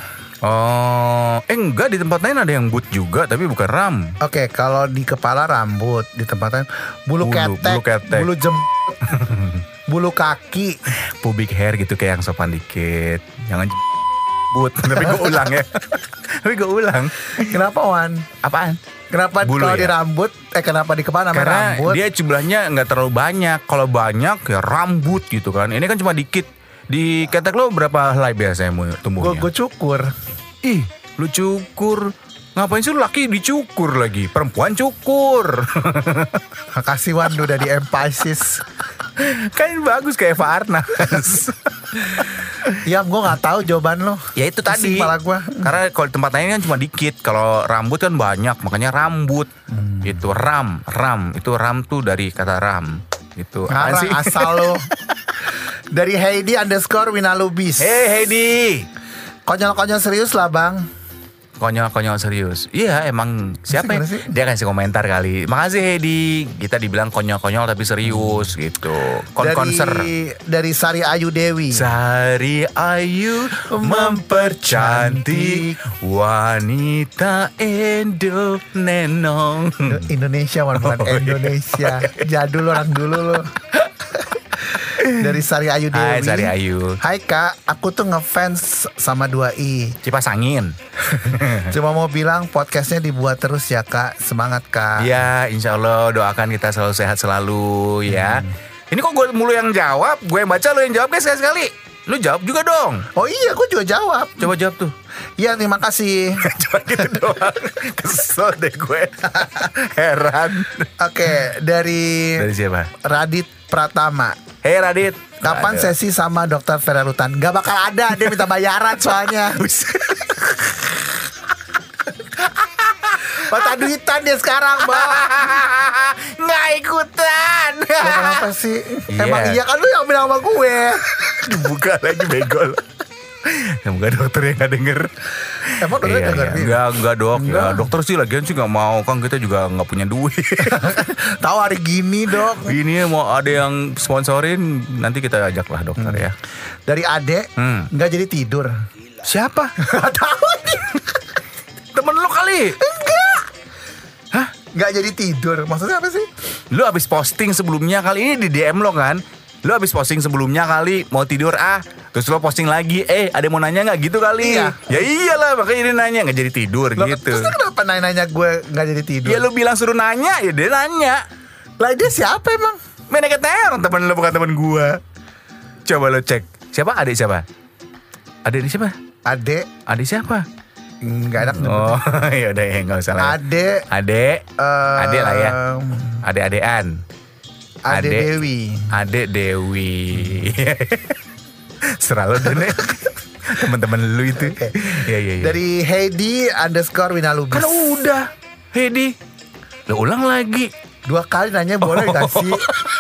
Oh, eh enggak, di tempat lain ada yang boot juga tapi bukan ram. Oke, kalau di kepala rambut, di tempat lain bulu, Bulu, ketek, bulu ketek. bulu jem, bulu kaki. Pubic hair gitu kayak yang sopan dikit. Jangan boot. Tapi gue ulang ya. Tapi gue ulang. Kenapa Wan? Apaan? Kenapa Bulu kalau ya? di rambut? Eh kenapa di kepala namanya Karena rambut? dia jumlahnya nggak terlalu banyak. Kalau banyak ya rambut gitu kan. Ini kan cuma dikit. Di ketek lo berapa helai biasanya mu- Gue tumbuhnya? gue cukur. Ih, lu cukur. Ngapain sih lu laki dicukur lagi? Perempuan cukur. Makasih Wan udah di emphasis. Kan bagus kayak Eva Arnaz. Ya gue nggak tahu jawaban lo. Ya itu tadi. Pusing kepala gue. Karena kalau di tempat lain kan cuma dikit. Kalau rambut kan banyak, makanya rambut. Itu ram, ram. Itu ram tuh dari kata ram. Itu apaan Ngarang sih? asal lo. Dari Heidi underscore Winalubis. Hey Heidi. Konyol-konyol serius lah bang. Konyol-konyol serius. Iya emang siapa ya? gimana sih? Dia kasih komentar kali. Makasih Heidi. Kita dibilang konyol-konyol tapi serius gitu. Konser. Dari, dari Sari Ayu Dewi. Sari Ayu mempercantik wanita Indo nenong. Indonesia wan, bukan Oh, iya. Indonesia. Jadul orang dulu lo. Dari Sari Ayu Dewi. Hai Sari Ayu. Hai kak, aku tuh ngefans sama dua i. Kipas angin. Cuma mau bilang podcastnya dibuat terus ya kak. Semangat kak. Ya insya Allah doakan kita selalu sehat selalu ya. Ini kok gue mulu yang jawab. Gue yang baca lo yang jawab guys sekali-sekali. Lu jawab juga dong. Oh iya, aku juga jawab. Coba jawab tuh. Iya, terima kasih. Cuma gitu doang. Kesel deh gue. Heran. Oke, dari Dari siapa? Radit Pratama. Hey Radit. Kapan Aduh. sesi sama dokter Vera Lutan? Gak bakal ada, dia minta bayaran soalnya. Mata duitan dia sekarang, Bang. Nggak ikutan. Lo kenapa sih? Iya. Emang iya kan lu yang bilang sama gue. Dibuka lagi begol. Semoga dokter yang gak denger. Emang dokter Iya, denger iya. nih? Enggak, enggak dok. Ya, Enggak. dokter sih lagian sih gak mau. Kan kita juga gak punya duit. Tahu hari gini, Dok. Ini mau ada yang sponsorin, nanti kita ajak lah dokter ya. Dari Ade, Hmm. nggak jadi tidur. Siapa? Gak tahu nih. Temen lu kali. Nggak jadi tidur. Maksudnya apa sih? Lu abis posting sebelumnya kali ini di D M lo kan. Lu abis posting sebelumnya kali mau tidur ah. Terus lo posting lagi, eh ada yang mau nanya gak gitu kali? Iya. Ya iyalah makanya dia nanya gak jadi tidur Loh, gitu. Terus dia kenapa nanya-nanya gue nggak jadi tidur? Ya lu bilang suruh nanya, ya dia nanya. Lah dia siapa emang? Meneket terong temen lu bukan temen gua. Coba lo cek. Siapa adik siapa? Adik siapa? Ade, Adik siapa? nggak enak nyebut. Oh ya udah ya nggak usah lah. Ade, Adek, eh, adek lah ya. Adek-adean. Ade Adek. Dewi. Adek Dewi. Serah lo deh teman-teman lu itu. Oke. Ya ya ya. Dari Heidi underscore Winalubis. Kan udah, Hedi. Lo ulang lagi. Dua kali nanya boleh gak sih?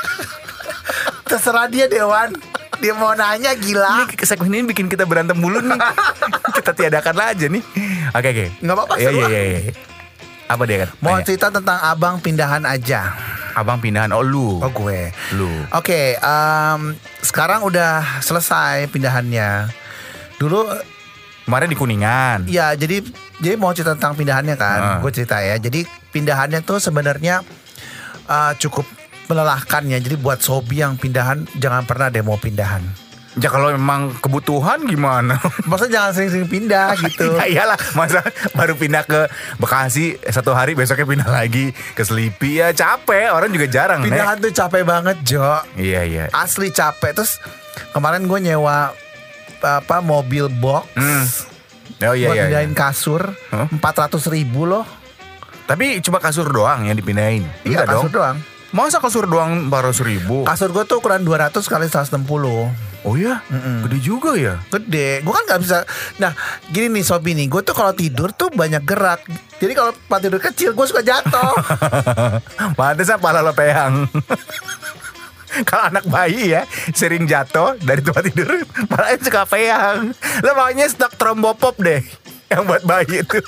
Terserah dia Dewan. Dia mau nanya gila. Ini segmen ini bikin kita berantem mulu nih. Kita tiadakan aja nih. Oke oke. Nggak apa-apa, Iya seru iya lah. iya. iya. Apa dia kan? Mau Tanya. cerita tentang abang pindahan aja. Abang pindahan. Oh lu. Oh gue. Lu. Oke, em, sekarang udah selesai pindahannya. Dulu Kemarin di Kuningan. ya jadi jadi mau cerita tentang pindahannya kan. Ah. Gue cerita ya. Jadi pindahannya tuh sebenarnya eh, cukup melelahkan ya. Jadi buat sobi yang pindahan jangan pernah demo pindahan. Ya kalau memang kebutuhan gimana? Maksudnya jangan sering-sering pindah gitu. Ya iyalah, masa baru pindah ke Bekasi satu hari besoknya pindah lagi ke Selipi ya capek, orang juga jarang. Pindahan tuh capek banget, Jo. Nek. Iya iya. Asli capek. Terus kemarin gue nyewa apa mobil box Hmm. Oh iya buat iya. iya. pindahin kasur Huh? empat ratus ribu loh. Tapi cuma kasur doang yang dipindahin. Iya, Enggak kasur doang. Masa kasur doang empat ratus ribu? Kasur gue tuh ukuran dua ratus kali seratus enam puluh. Oh iya, gede juga ya. Gede. Gue kan gak bisa. Nah gini nih Sobi nih, gue tuh kalau tidur tuh banyak gerak. Jadi kalau pas tidur kecil gue suka jatuh. Pantesan pala lo peyang. Kalau anak bayi ya sering jatuh dari tempat tidur, palanya suka peyang. Lo makanya stok trombopop deh, yang buat bayi itu.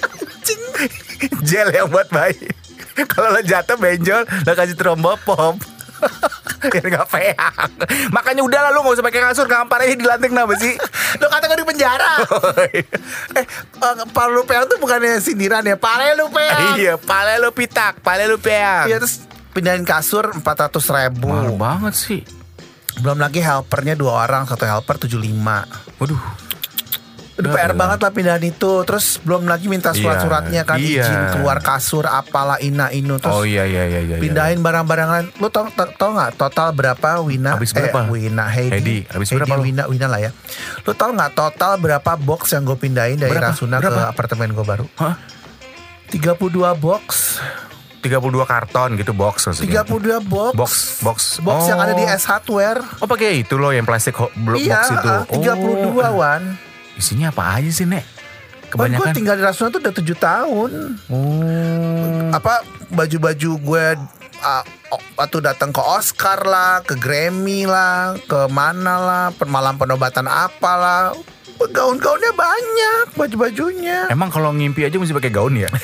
Gel yang buat bayi. Kalau lo jatuh benjol, lo kasih trombopop. Biar gak peyang. Makanya udah lah lo gak usah pakai kasur, gamparnya di lantai kenapa sih? Lo kata gue di penjara. eh, eh pala lu peyang tuh bukannya sindiran ya. Pala lu peyang. Iya, pala lo pitak, pala lo peyang. Iya terus pindahin kasur empat ratus ribu. Mahal banget sih. Belum lagi helpernya dua orang, satu helper tujuh puluh lima. Waduh. Udah Udah, P R udah. banget lah pindahan itu. Terus belum lagi minta surat-suratnya kan, Iya, izin iya. keluar kasur apalah ina inu. Terus Oh iya iya iya iya. pindahin barang-barang lain. Lu tau, tau, tau gak total berapa Wina? Habis berapa? Eh, Wina, Heidi. Heidi, habis berapa lu? Wina, Wina lah ya. Lu tau gak total berapa box yang gue pindahin dari Berapa? Rasuna Berapa? ke apartemen gue baru? Hah? tiga puluh dua box. tiga puluh dua karton gitu box maksudnya. tiga puluh dua box. Box, box. Box yang Oh. ada di S Hardware. Oh pakai itu loh yang plastik ho- blo- Iya, box itu. ah, tiga puluh dua Oh. Wan. Isinya apa aja sih, Nek? Wan, gue Kebanyakan. tinggal di Rasuna tuh udah tujuh tahun. Oh. Apa baju-baju gue uh, waktu datang ke Oscar lah, ke Grammy lah, ke mana lah, malam penobatan apalah. Gaun-gaunnya banyak, baju-bajunya. Emang kalau ngimpi aja mesti pakai gaun ya?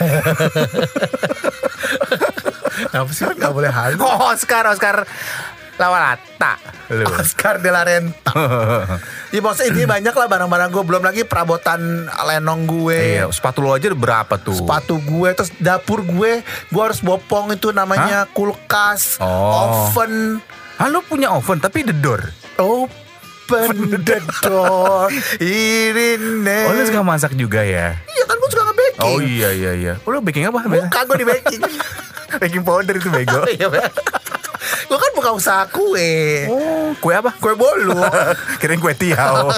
Kenapa sih nggak boleh hal? Oh, Oscar, Oscar Lawalata. Lu. Oscar de la Renta. Ya maksudnya intinya banyak lah barang-barang gue. Belum lagi perabotan lenong gue. Iya, sepatu lo aja berapa tuh? Sepatu gue, terus dapur gue, gue harus bopong itu namanya Hah? kulkas, Oh. oven. Ah, lo punya oven tapi the door. Open the door. Irine. Oh, lo suka masak juga ya? Iya kan gue suka nge-baking. Oh iya iya iya. Oh, lo baking apa? Bukan gue di baking. Baking powder itu bego. Gue kan buka usaha kue. Oh, kue apa? Kue bolu. Kirain kue tiaw.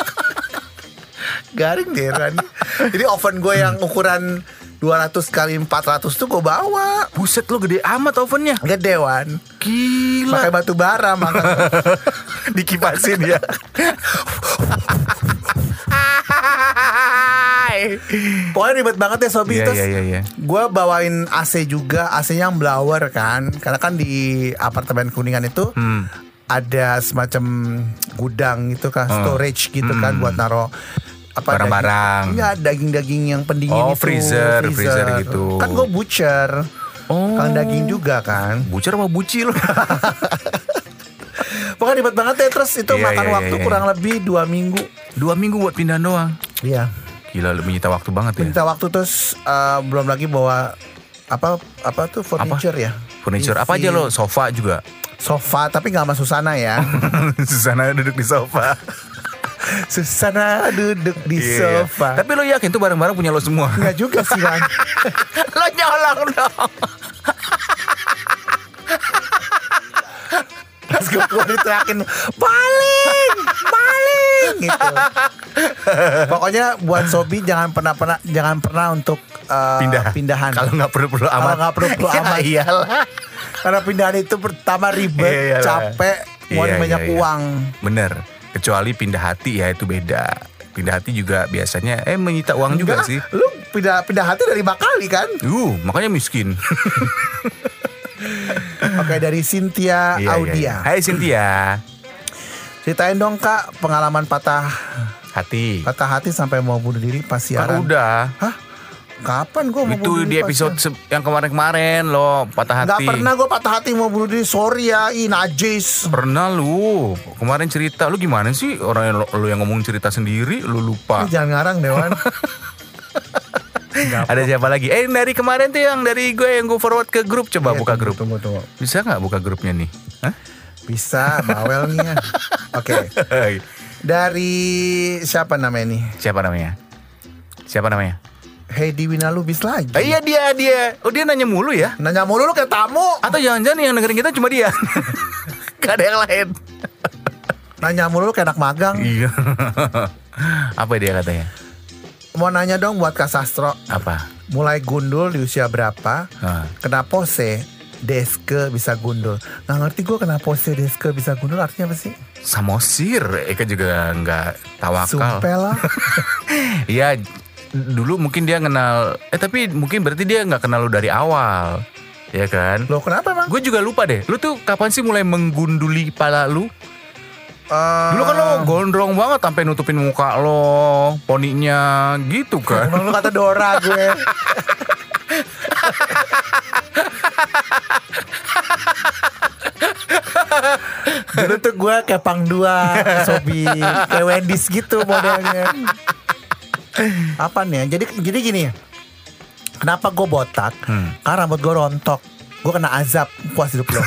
Garing deh kan. Jadi oven gue yang ukuran dua ratus kali empat ratus tuh gue bawa. Buset, lo gede amat ovennya. Gede Wan. Gila. Pakai batu bara makanya. Dikipasin ya. Pokoknya ribet banget ya Sobi. Iya, Terus iya, iya, iya. gue bawain A C juga. A C-nya yang blower kan. Karena kan di apartemen Kuningan itu Hmm. ada semacam gudang gitu kan, storage gitu kan buat naro apa Barang-barang. daging, ya daging-daging yang pendingin Oh, itu freezer, freezer gitu. Kan gue butcher. Oh. Kan daging juga kan. Bucer apa buci lo? Pokoknya ribet banget ya. Terus itu Iya, makan iya, waktu iya, iya. kurang lebih dua minggu. Dua minggu buat pindahan doang. Iya. Gila, lu menyita waktu banget ya. Minta waktu terus eh, belum lagi bawa apa apa tuh furniture ya. Furniture apa aja lo? Sofa juga. Sofa tapi nggak sama Susana ya. Susana duduk di sofa. Susana duduk di Iya. sofa. Tapi lo yakin tuh barang-barang punya lo semua? Nggak juga sih kan. Lo nyolong dong. Pas gue keluar diterakin Baling Baling gitu. Pokoknya buat Sobi jangan pernah pernah jangan pernah untuk uh, Pindah. pindahan. Kalau nggak perlu-perlu amat. Kalau nggak perlu-perlu Ya, amat. iyalah. Karena pindahan itu pertama ribet, Iya, iyalah. capek, mau Iya, banyak iya, iya. uang. Bener. Kecuali pindah hati ya itu beda. Pindah hati juga biasanya eh menyita uang juga Enggak, sih. Lu pindah pindah hati dari lima kali kan? Uh, makanya miskin. Oke, dari Cynthia Iya, Audia. iya, iya. Hai Cynthia. Ceritain dong Kak pengalaman patah Hati. patah hati sampai mau bunuh diri pas Kan siaran. udah. Hah? Kapan gue mau Itu bunuh di diri pas episode siaran? se- yang kemarin-kemarin lo patah hati. Nggak pernah gue patah hati mau bunuh diri. Sorry ya, ih najis. Pernah lu. Kemarin cerita lu gimana sih orang yang lo, lu yang ngomong cerita sendiri lu lupa. Ini jangan ngarang Dewan. Ada siapa lagi? Eh dari kemarin tuh yang dari gue yang gue forward ke grup, coba Iya, buka tunggu, grup. Tunggu, tunggu. Bisa nggak buka grupnya nih? Hah? Bisa, bawel nih ya. Oke. Dari siapa namanya nih? Siapa namanya? Siapa namanya? Heidi Winalubis lagi. Eh, iya dia dia. Oh dia nanya mulu ya? Nanya mulu lu kayak tamu. Atau jangan-jangan yang dengerin kita cuma dia? Gak ada yang lain. Nanya mulu lu kayak anak magang. Iya. Apa dia katanya? Mau nanya dong buat Kak Sastro. Apa? Mulai gundul di usia berapa? Nah. Kenapa sih Deske bisa gundul? Nggak ngerti gue kenapa sih Deske bisa gundul artinya apa sih? Samosir, Eka juga nggak tawakal. Sumpah lah. Iya, dulu mungkin dia kenal. Eh tapi mungkin berarti dia nggak kenal lu dari awal, ya kan? Loh kenapa emang? Gue juga lupa deh. Lu tuh kapan sih mulai menggunduli pala lu? Eh, Dulu kan lo gondrong banget sampai nutupin muka lo, poninya gitu kan. Emang lu kata Dora gue. Dulu tuh gue kayak Pang dua, Sobi, kayak Wendy's gitu modelnya. Apa nih? Jadi jadi gini. Kenapa gue botak? Hmm. Karena rambut gue rontok. Gue kena azab puas hidup lo.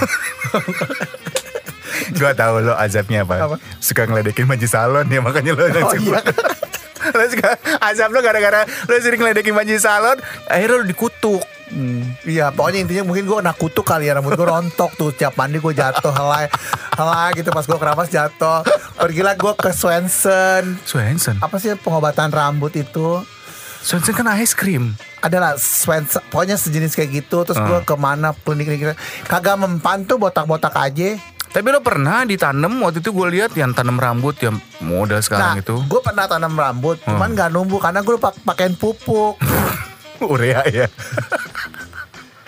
Gue tahu lo azabnya apa. Apa? Suka ngeledekin maju salon ya, makanya lo langsung iya. Lo suka azab lo gara-gara lo sering ngeledekin maju salon, akhirnya lo dikutuk. Hmm, iya, pokoknya intinya mungkin gue kena kutuk kali ya. Rambut gue rontok tuh. Tiap mandi gue jatuh helai helai gitu. Pas gue keramas jatuh. Pergilah gue ke Swenson. Swenson. Apa sih pengobatan rambut itu? Swenson kan ice cream. Adalah Swenson. Pokoknya sejenis kayak gitu. Terus gue kemana klinik-klinik. Kagak mempan tuh, botak-botak aja. Tapi lo pernah ditanam waktu itu gue lihat yang tanam rambut yang model sekarang Nah, itu. gue pernah tanam rambut. Cuman gak numbuh karena gue pak pakein pupuk. Urea ya.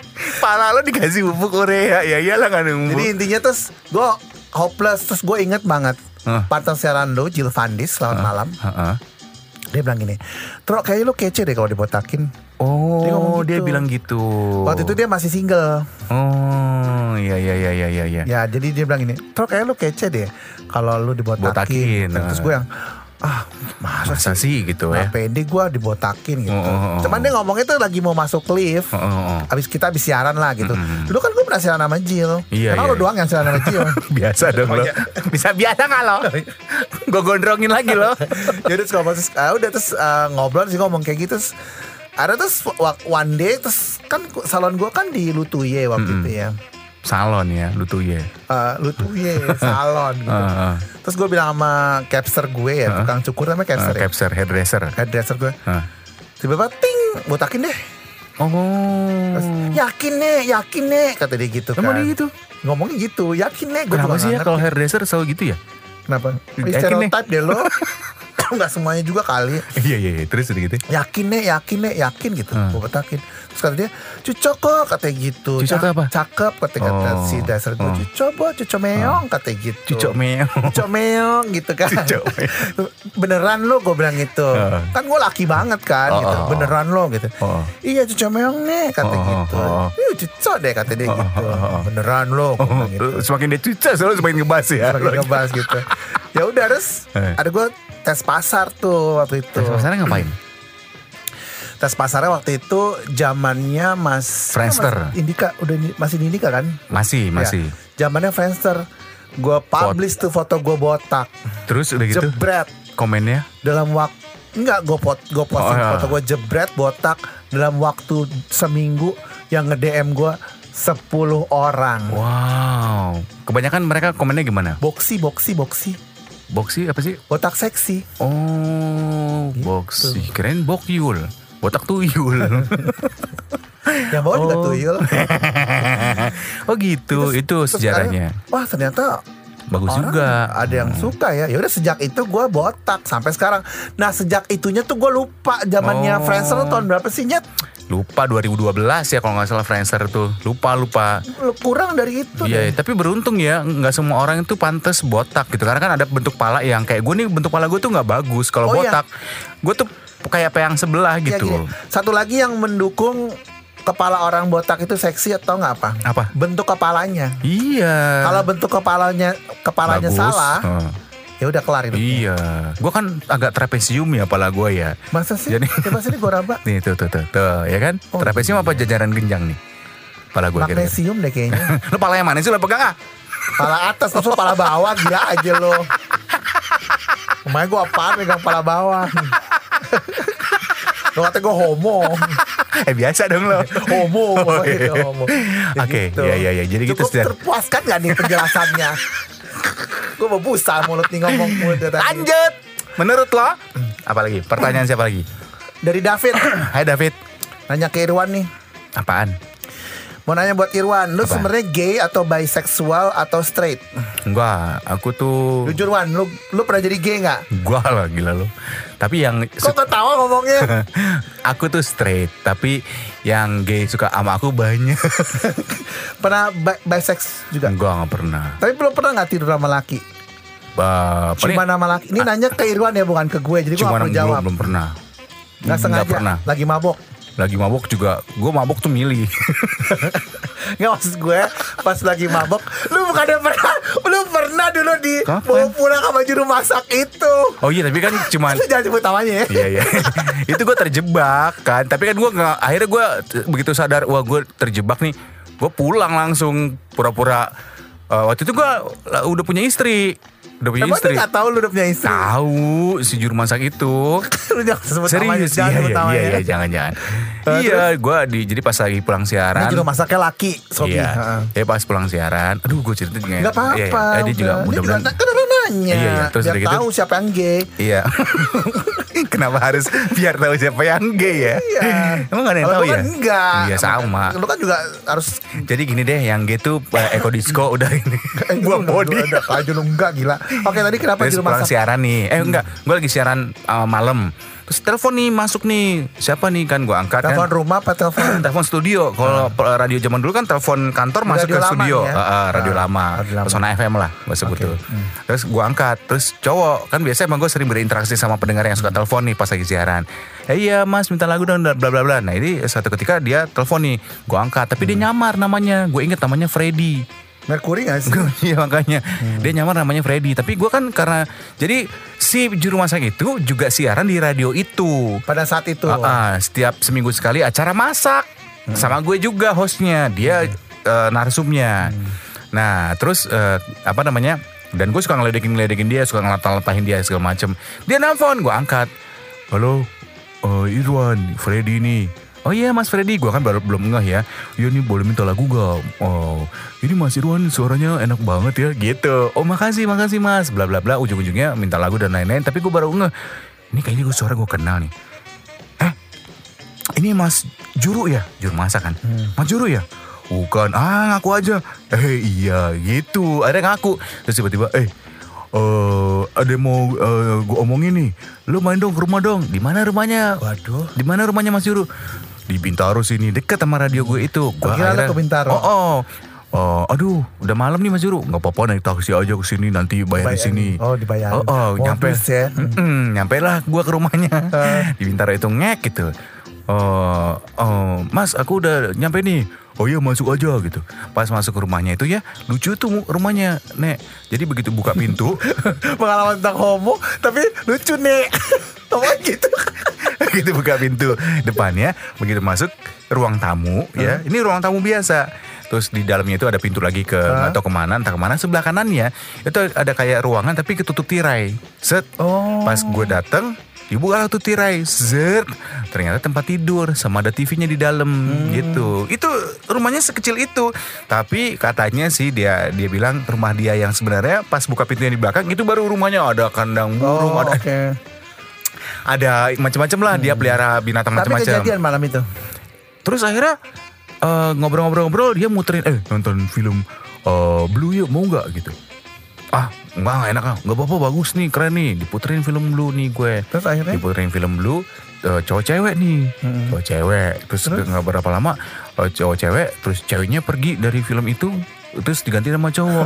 Pala lo dikasih bubuk urea. Ya iyalah kan. Jadi intinya terus gue hopeless. Terus gue inget banget Huh. partner siaran lo Jill Vandis lawan malam. Heeh. Dia bilang gini, Tro kayaknya lu kece deh kalau dibotakin. Oh, Dia ngomong dia gitu. bilang gitu. Waktu itu dia masih single. Oh, iya iya iya iya iya. iya. Ya jadi dia bilang gini, Tro kayaknya lu kece deh kalau lu dibotakin. Botakin, Terus nah. gue yang ah masa, Masa sih gitu ya? Nggak pede gue dibotakin gitu. Oh, oh, oh. Cuman dia ngomongnya tuh lagi mau masuk lift. Oh, oh, oh. Abis kita abis siaran lah gitu. Dulu kan gue pernah siaran sama Jill. Iya, Karena iya. lu doang yang siaran sama Jill. Biasa dong lo. Bisa biasa nggak lo? Gue gondrongin lagi lo. Jadi terus ngomong terus, ah, udah terus ah, ngobrol sih ngomong kayak gitu. Terus ada terus wa- one day terus kan salon gue kan di Lutuye waktu itu ya. Salon ya, lu tuh ya. Uh, Lutuye salon gitu. Uh, uh. Terus gue bilang sama capster gue ya, tukang cukur namanya capster ya. Capser, hairdresser. Hairdresser gue. Uh. Tiba-tiba ting, botakin deh. Oh. Terus, yakin nih, yakin nih, kata dia gitu kan. Emang dia gitu? Ngomongnya gitu, yakin nih. Gue Kenapa juga sih ya nggak kalau ngerti. hairdresser selalu gitu ya? Kenapa? Yakin nih. Stereotype deh lo. Nggak semuanya juga kali. Iya iya iya. Terus udah gitu. Yakin nih, yakin nih, yakin gitu. Hmm. Gue botakin. Terus kata dia, cucok kok, katanya gitu. Cucok Cak- apa? Cakep, katanya kata Oh. si dasar gue. Oh. Cucok, bo, cucok meong, katanya gitu. Cucok meong. Cucok meong gitu kan. Cucok Beneran lo, gue bilang gitu. Oh. Kan gue laki banget kan Oh, gitu. oh, oh. Beneran lo gitu. Oh. Iya cucok meong nih, katanya Oh, gitu. oh, oh. Iya cucok deh, kata dia gitu. Beneran lo, gue bilang gitu. Semakin dia cuca selalu semakin ngebahas ya. Lagi ngebahas gitu. Ya udah terus Eh. ada gue tes pasar tuh waktu itu. Tes pasarnya ngapain? Tes pasarnya waktu itu zamannya Mas Friendster. Mas Indika udah di- masih di Indika kan? Masih, masih. Ya, zamannya Friendster. Gue publish tuh foto gue botak. Terus udah gitu Jebret komennya? dalam waktu enggak gue pot gue posting Oh, iya. foto gue jebret botak dalam waktu seminggu yang nge-D M gue sepuluh orang. Wow. Kebanyakan mereka komennya gimana? Boksi boksi boksi. Boksi apa sih? Botak seksi. Oh, Gitu. boksi. Keren bokyul. Botak tuyul. Yang bawah juga Oh. tuyul. Oh gitu, itu Terus sejarahnya. sekarang, wah ternyata Bagus orang juga. ada yang suka ya. Ya udah sejak itu gue botak sampai sekarang. Nah sejak itunya tuh gue lupa zamannya Oh. Friendster tuh tahun berapa sih Nyet? Lupa dua ribu dua belas ya kalau nggak salah Friendster tuh. Lupa lupa. Kurang dari itu Iya, deh. tapi beruntung ya nggak semua orang itu pantas botak gitu. Karena kan ada bentuk pala yang kayak gue nih, bentuk pala gue tuh nggak bagus. Kalau Oh, iya. botak, gue tuh kayak peyang sebelah Ya, gitu. gini. Satu lagi yang mendukung kepala orang botak itu seksi atau nggak apa? Apa? Bentuk kepalanya. Iya. Kalau bentuk kepalanya kepalanya Bagus. salah, Heeh. ya udah kelar hidupnya. Iya. Gue kan agak trapesium ya pala gue ya. Masa sih? Jadi- Coba sini gue raba. Nih tuh tuh tuh, tuh ya kan? Oh, Trapesium apa jajaran genjang nih? Pala gue kira-kira. Magnesium deh kayaknya. Lo pala yang mana sih lo pegang ah? Pala atas terus pala bawah gila aja lo. Kemarin gue apaan megang pala bawah. Lo kata gue homo. Eh biasa dong lo. Homo. Oh, iya. Gitu, homo. Ya Oke, gitu. iya, iya, iya. Jadi gitu, Cukup Sdan. terpuaskan gak nih penjelasannya? Gue mau busa mulut nih ngomong mulut dari tadi. Lanjut. Menurut lo? Apa lagi? Pertanyaan siapa lagi? Dari David. Hai David. Nanya ke Irwan nih. Apaan? Mau nanya buat Irwan, lu Apa? sebenarnya gay atau bisexual atau straight? Enggak, aku tuh Jujur Wan, lu lu pernah jadi gay nggak? gua lah gila lo. Tapi yang Kok ketawa ngomongnya? aku tuh straight, tapi yang gay suka sama aku banyak. Pernah bi- bisex juga? Enggak, enggak pernah. Tapi belum pernah nggak tidur sama laki? Ba, Cuma nama laki. Ini nanya ke Irwan ya, bukan ke gue. Jadi gue cuma nggak perlu belum, jawab. belum pernah. Nggak sengaja. pernah. Lagi mabok. Lagi mabok juga, gue mabok tuh milih. Nggak maksud gue pas lagi mabok. Lu bukannya pernah, lu pernah dulu di Kapan? bawa pulang sama juru masak itu. Oh iya, tapi kan cuman Lu jangan sebut namanya ya. Iya iya. Itu gue terjebak kan. Tapi kan gue nggak. Akhirnya gue t- begitu sadar, wah gue terjebak nih. Gue pulang langsung pura-pura. eh, waktu itu gue lah, udah punya istri. Udah punya Emang istri. lu nggak tahu lu udah punya istri? Tahu si juru masak itu. Lu jangan sebut namanya. Serius? Jangan Iya sebut iya namanya. iya, iya jangan jangan. Eh, Iya, gue di jadi pas lagi pulang Ini siaran. juru masaknya laki, Sobi. Iya. Heeh. Ya pas pulang siaran. Aduh gue cerita juga. Gak apa-apa. Iya, iya. Eh, dia juga udah. Ini mudah-mudahan. juga kan udah nanya. Iya, iya. Terus biar udah gitu. tahu siapa yang gay. Iya. Kenapa harus biar tahu siapa yang gay ya? Iya. Emang gak ada yang Kalau tahu lu ya? kan enggak. Iya sama. Lu kan juga harus Jadi gini deh, yang gay tuh eh, Eko Disco udah ini buang body. Ada aja lu enggak gila. Oke, tadi kenapa Terus juru pulang masak? siaran nih. Eh enggak, gue lagi siaran uh, malam. Terus telepon nih masuk nih. Siapa nih kan gue angkat kan. Telepon rumah apa telepon? Telepon studio. Kalau uh. radio zaman dulu kan telepon kantor masuk Radio ke studio. ya? Uh, uh, radio uh, lama. Pesona F M lah gue sebut okay. tuh. Hmm. Terus gue angkat. Terus cowok kan biasanya emang gue sering berinteraksi sama pendengar yang suka telepon nih pas lagi siaran. Eh, iya mas minta lagu dong bla bla bla. Nah ini satu ketika dia telepon nih. Gue angkat. Tapi hmm. dia nyamar namanya. Gue inget namanya Freddy. Merkuri gak sih? Iya makanya hmm. dia nyamar namanya Freddy. Tapi gue kan karena jadi si juru masak itu juga siaran di radio itu pada saat itu. uh, uh, setiap seminggu sekali acara masak hmm. sama gue juga hostnya. Dia hmm. uh, narsumnya. hmm. Nah terus uh, apa namanya, dan gue suka ngeledekin-ngeledekin dia, suka ngelatah-latahin dia segala macem. Dia nelfon, gue angkat. Halo uh, Irwan, Freddy nih. Oh iya Mas Freddy, gue kan baru belum ngeh ya. Iya nih boleh minta lagu gak? Oh ini Mas Irwan suaranya enak banget ya gitu. Oh makasih makasih Mas. Bla bla bla. Ujung-ujungnya minta lagu dan lain-lain. Tapi gue baru ngeh, ini kayaknya gue suara gue kenal nih. Eh ini Mas Juru ya? Juru masak kan? hmm. Mas Juru ya? Bukan. Ah ngaku aja. Eh iya gitu. Ada ngaku. Terus tiba-tiba eh Uh, ada yang mau uh, gue omongin nih. Lu main dong ke rumah dong. Di mana rumahnya? Waduh. Di mana rumahnya Mas Juru? Di Bintaro sini, dekat sama radio gue itu. Gua kira akhirnya, ke Bintaro. Oh, oh. Oh, aduh, udah malam nih Mas Juru. Enggak apa-apa naik taksi aja ke sini, nanti bayar di sini. Oh, dibayar. Oh, oh nyampe. Ya. Mm-mm, nyampe lah gue ke rumahnya. Uh. Di Bintaro itu ngek gitu. Oh, oh, Mas, aku udah nyampe nih. Oh iya masuk aja gitu. Pas masuk ke rumahnya itu ya lucu tuh rumahnya Nek. Jadi begitu buka pintu pengalaman tentang homo tapi lucu Nek. Apa gitu. Begitu buka pintu depannya, begitu masuk ruang tamu hmm. ya. Ini ruang tamu biasa. Terus di dalamnya itu ada pintu lagi ke nggak huh? tahu kemana, entah kemana. Sebelah kanannya itu ada kayak ruangan tapi ketutup tirai. Set. Oh. Pas gue dateng dibuka tuh tirai, zet. Ternyata tempat tidur sama ada T V-nya di dalam hmm. gitu. Itu rumahnya sekecil itu. Tapi katanya sih dia dia bilang rumah dia yang sebenarnya pas buka pintunya di belakang itu baru rumahnya ada kandang burung, oh, ada okay. ada macam-macam lah. Hmm. Dia pelihara binatang macam-macam. Tapi kejadian malam itu. Terus akhirnya uh, ngobrol-ngobrol-ngobrol dia muterin eh nonton film uh, Blue yuk mau nggak gitu. Ah enggak, enggak enak ah. Enggak apa-apa, bagus nih, keren nih. Diputerin film Blue nih gue. Terus akhirnya? Diputerin film Blue uh, cowok cewek nih. Hmm. Cowok cewek. Terus, terus? Gak berapa lama uh, cowok cewek. Terus ceweknya pergi dari film itu. Terus diganti sama cowok.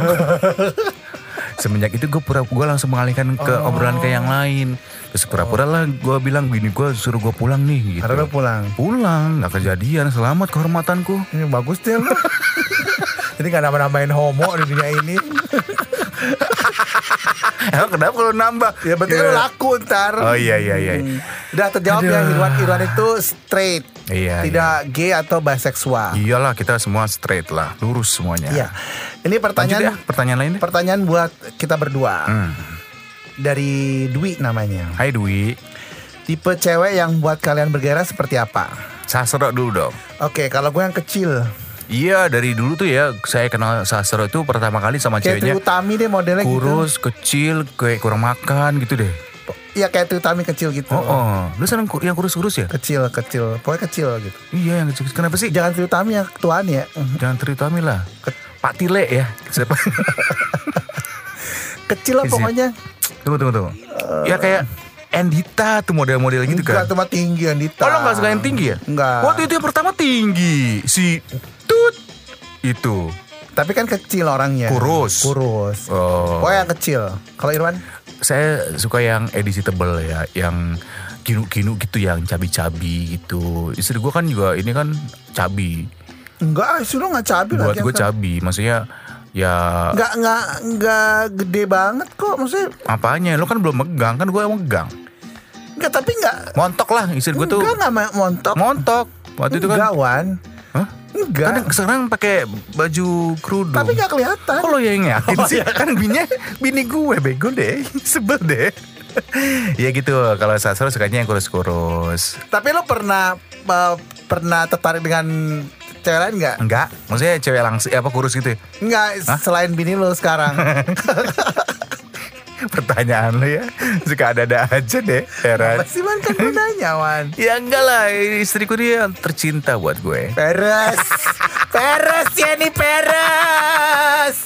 Semenjak itu gue pura gue langsung mengalihkan ke oh. obrolan ke yang lain. Terus pura-pura lah gue bilang bini gue suruh gue pulang nih gitu. Karena pulang? Pulang, gak kejadian. Selamat kehormatanku. Ini bagus deh lo. Jadi gak nambah-nambahin homo di dunia ini. Emang kenapa kalau nambah? Ya berarti yeah. laku ntar. Oh iya iya iya. Hmm. Udah terjawab. Aduh. Ya Irwan Irwan itu straight. Iya. Tidak iya. gay atau bisexual. Iyalah kita semua straight lah, lurus semuanya. Iya. Ini pertanyaan. Ya, pertanyaan lain. Pertanyaan buat kita berdua. Hmm. Dari Dwi namanya. Hai Dwi. Tipe cewek yang buat kalian bergairah seperti apa? Sasro dulu dong. Oke, kalau gue yang kecil. Iya dari dulu tuh ya saya kenal Sasro itu pertama kali sama kayak ceweknya. Kayak Utami deh modelnya kurus, gitu. kecil, kayak kurang makan gitu deh. Iya kayak Utami kecil gitu. Oh, oh. Lu seneng yang kurus-kurus ya? Kecil, kecil, pokoknya kecil gitu. Iya yang kecil. Kenapa sih? Jangan Utami yang ketuaan ya. Jangan Utami lah. Pak Tile ya. Siapa? Kecil lah pokoknya. Tunggu tunggu tunggu. Uh, ya kayak Endita tuh model-model gitu kan. Enggak, cuma tinggi Endita. Oh lo gak suka yang tinggi ya? Enggak. Waktu itu yang pertama tinggi. Si Tut itu. Tapi kan kecil orangnya. Kurus. Kurus. Oh. Pokoknya yang kecil. Kalau Irwan? Saya suka yang edisi tebel ya. Yang kinu-kinu gitu, yang cabi-cabi gitu. Istri gue kan juga ini kan cabi. Enggak, istri lo gak cabi lah. Buat gue cabi. Maksudnya ya Enggak, enggak, enggak gede banget kok. Maksudnya apanya? Lo kan belum megang. Kan gue yang megang. Enggak, tapi enggak. Montok lah istri gue tuh. Enggak, enggak montok. Montok. Waktu itu kan. Enggak, Wan. Hah? Enggak. Kan sekarang pakai baju kerudung. Tapi gak kelihatan. Kok lo yang yakin oh, sih? iya. Kan bini, bini gue bego deh. Sebel deh. Ya gitu. Kalau Sasro sukanya yang kurus-kurus. Tapi lo pernah uh, pernah tertarik dengan cewek lain gak? Enggak. Maksudnya cewek langsung apa kurus gitu ya? Enggak. Hah? Selain bini lo sekarang. Pertanyaan lo ya suka ada-ada aja deh. Heran. Apa sih Man kan gue nanya Wan? Ya enggak lah, istriku dia tercinta buat gue. Peres. Peres ya nih Peres.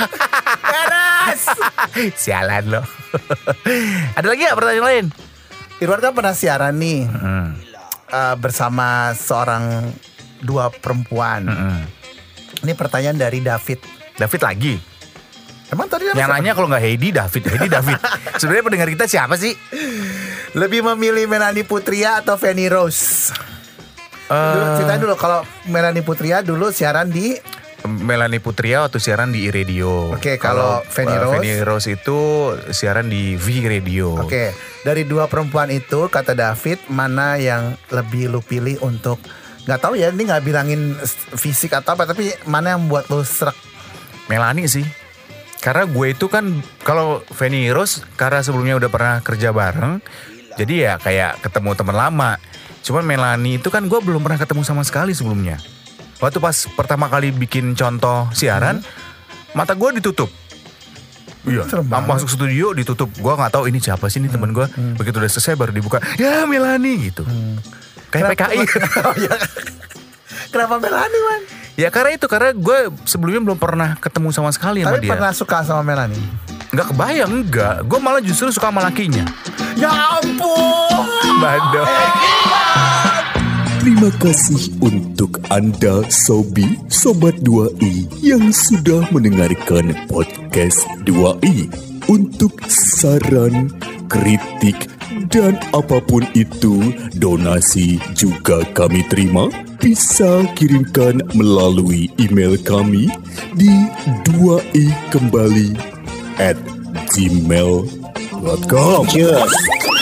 Peres. Sialan lo. Ada lagi gak pertanyaan lain? Irwan kan pernah siaran nih Mm. uh, bersama seorang dua perempuan. Mm-mm. Ini pertanyaan dari David. David lagi. Emang tadi Yang nanya kalau nggak Heidi, David. Heidi, David. Sebenarnya pendengar kita siapa sih? lebih memilih Melanie Putria atau Feni Rose? Dulu, Eh, ceritain dulu kalau Melanie Putria dulu siaran di Melanie Putria waktu siaran di iRadio. Oke, kalau Feni eh, Rose? Feni Rose itu siaran di V Radio. Oke, dari dua perempuan itu kata David mana yang lebih lu pilih untuk nggak tahu ya ini nggak bilangin fisik atau apa tapi mana yang buat lu serak? Melanie sih. Karena gue itu kan kalau Feni Rose karena sebelumnya udah pernah kerja bareng, jadi ya kayak ketemu teman lama. Cuman Melanie itu kan gue belum pernah ketemu sama sekali sebelumnya. Waktu pas pertama kali bikin contoh siaran, hmm. mata gue ditutup. Iya, Serem banget. masuk studio ditutup. Gue nggak tahu ini siapa sih ini teman gue. Hmm. Begitu udah selesai baru dibuka. Ya Melanie gitu. Hmm. Kayak P K I. Oh, ya. Kenapa Melanie, Man? Ya karena itu karena gue sebelumnya belum pernah ketemu sama sekali sama Tapi dia. pernah suka sama Melanie? Nggak kebayang enggak. Gue malah justru suka sama lakinya. Ya ampun. Badok. Terima kasih untuk Anda Sobi Sobat dua i yang sudah mendengarkan podcast dua i. Untuk saran, kritik, dan apapun itu, donasi juga kami terima. Bisa kirimkan melalui email kami di dua i kembali at gmail dot com. Cheers.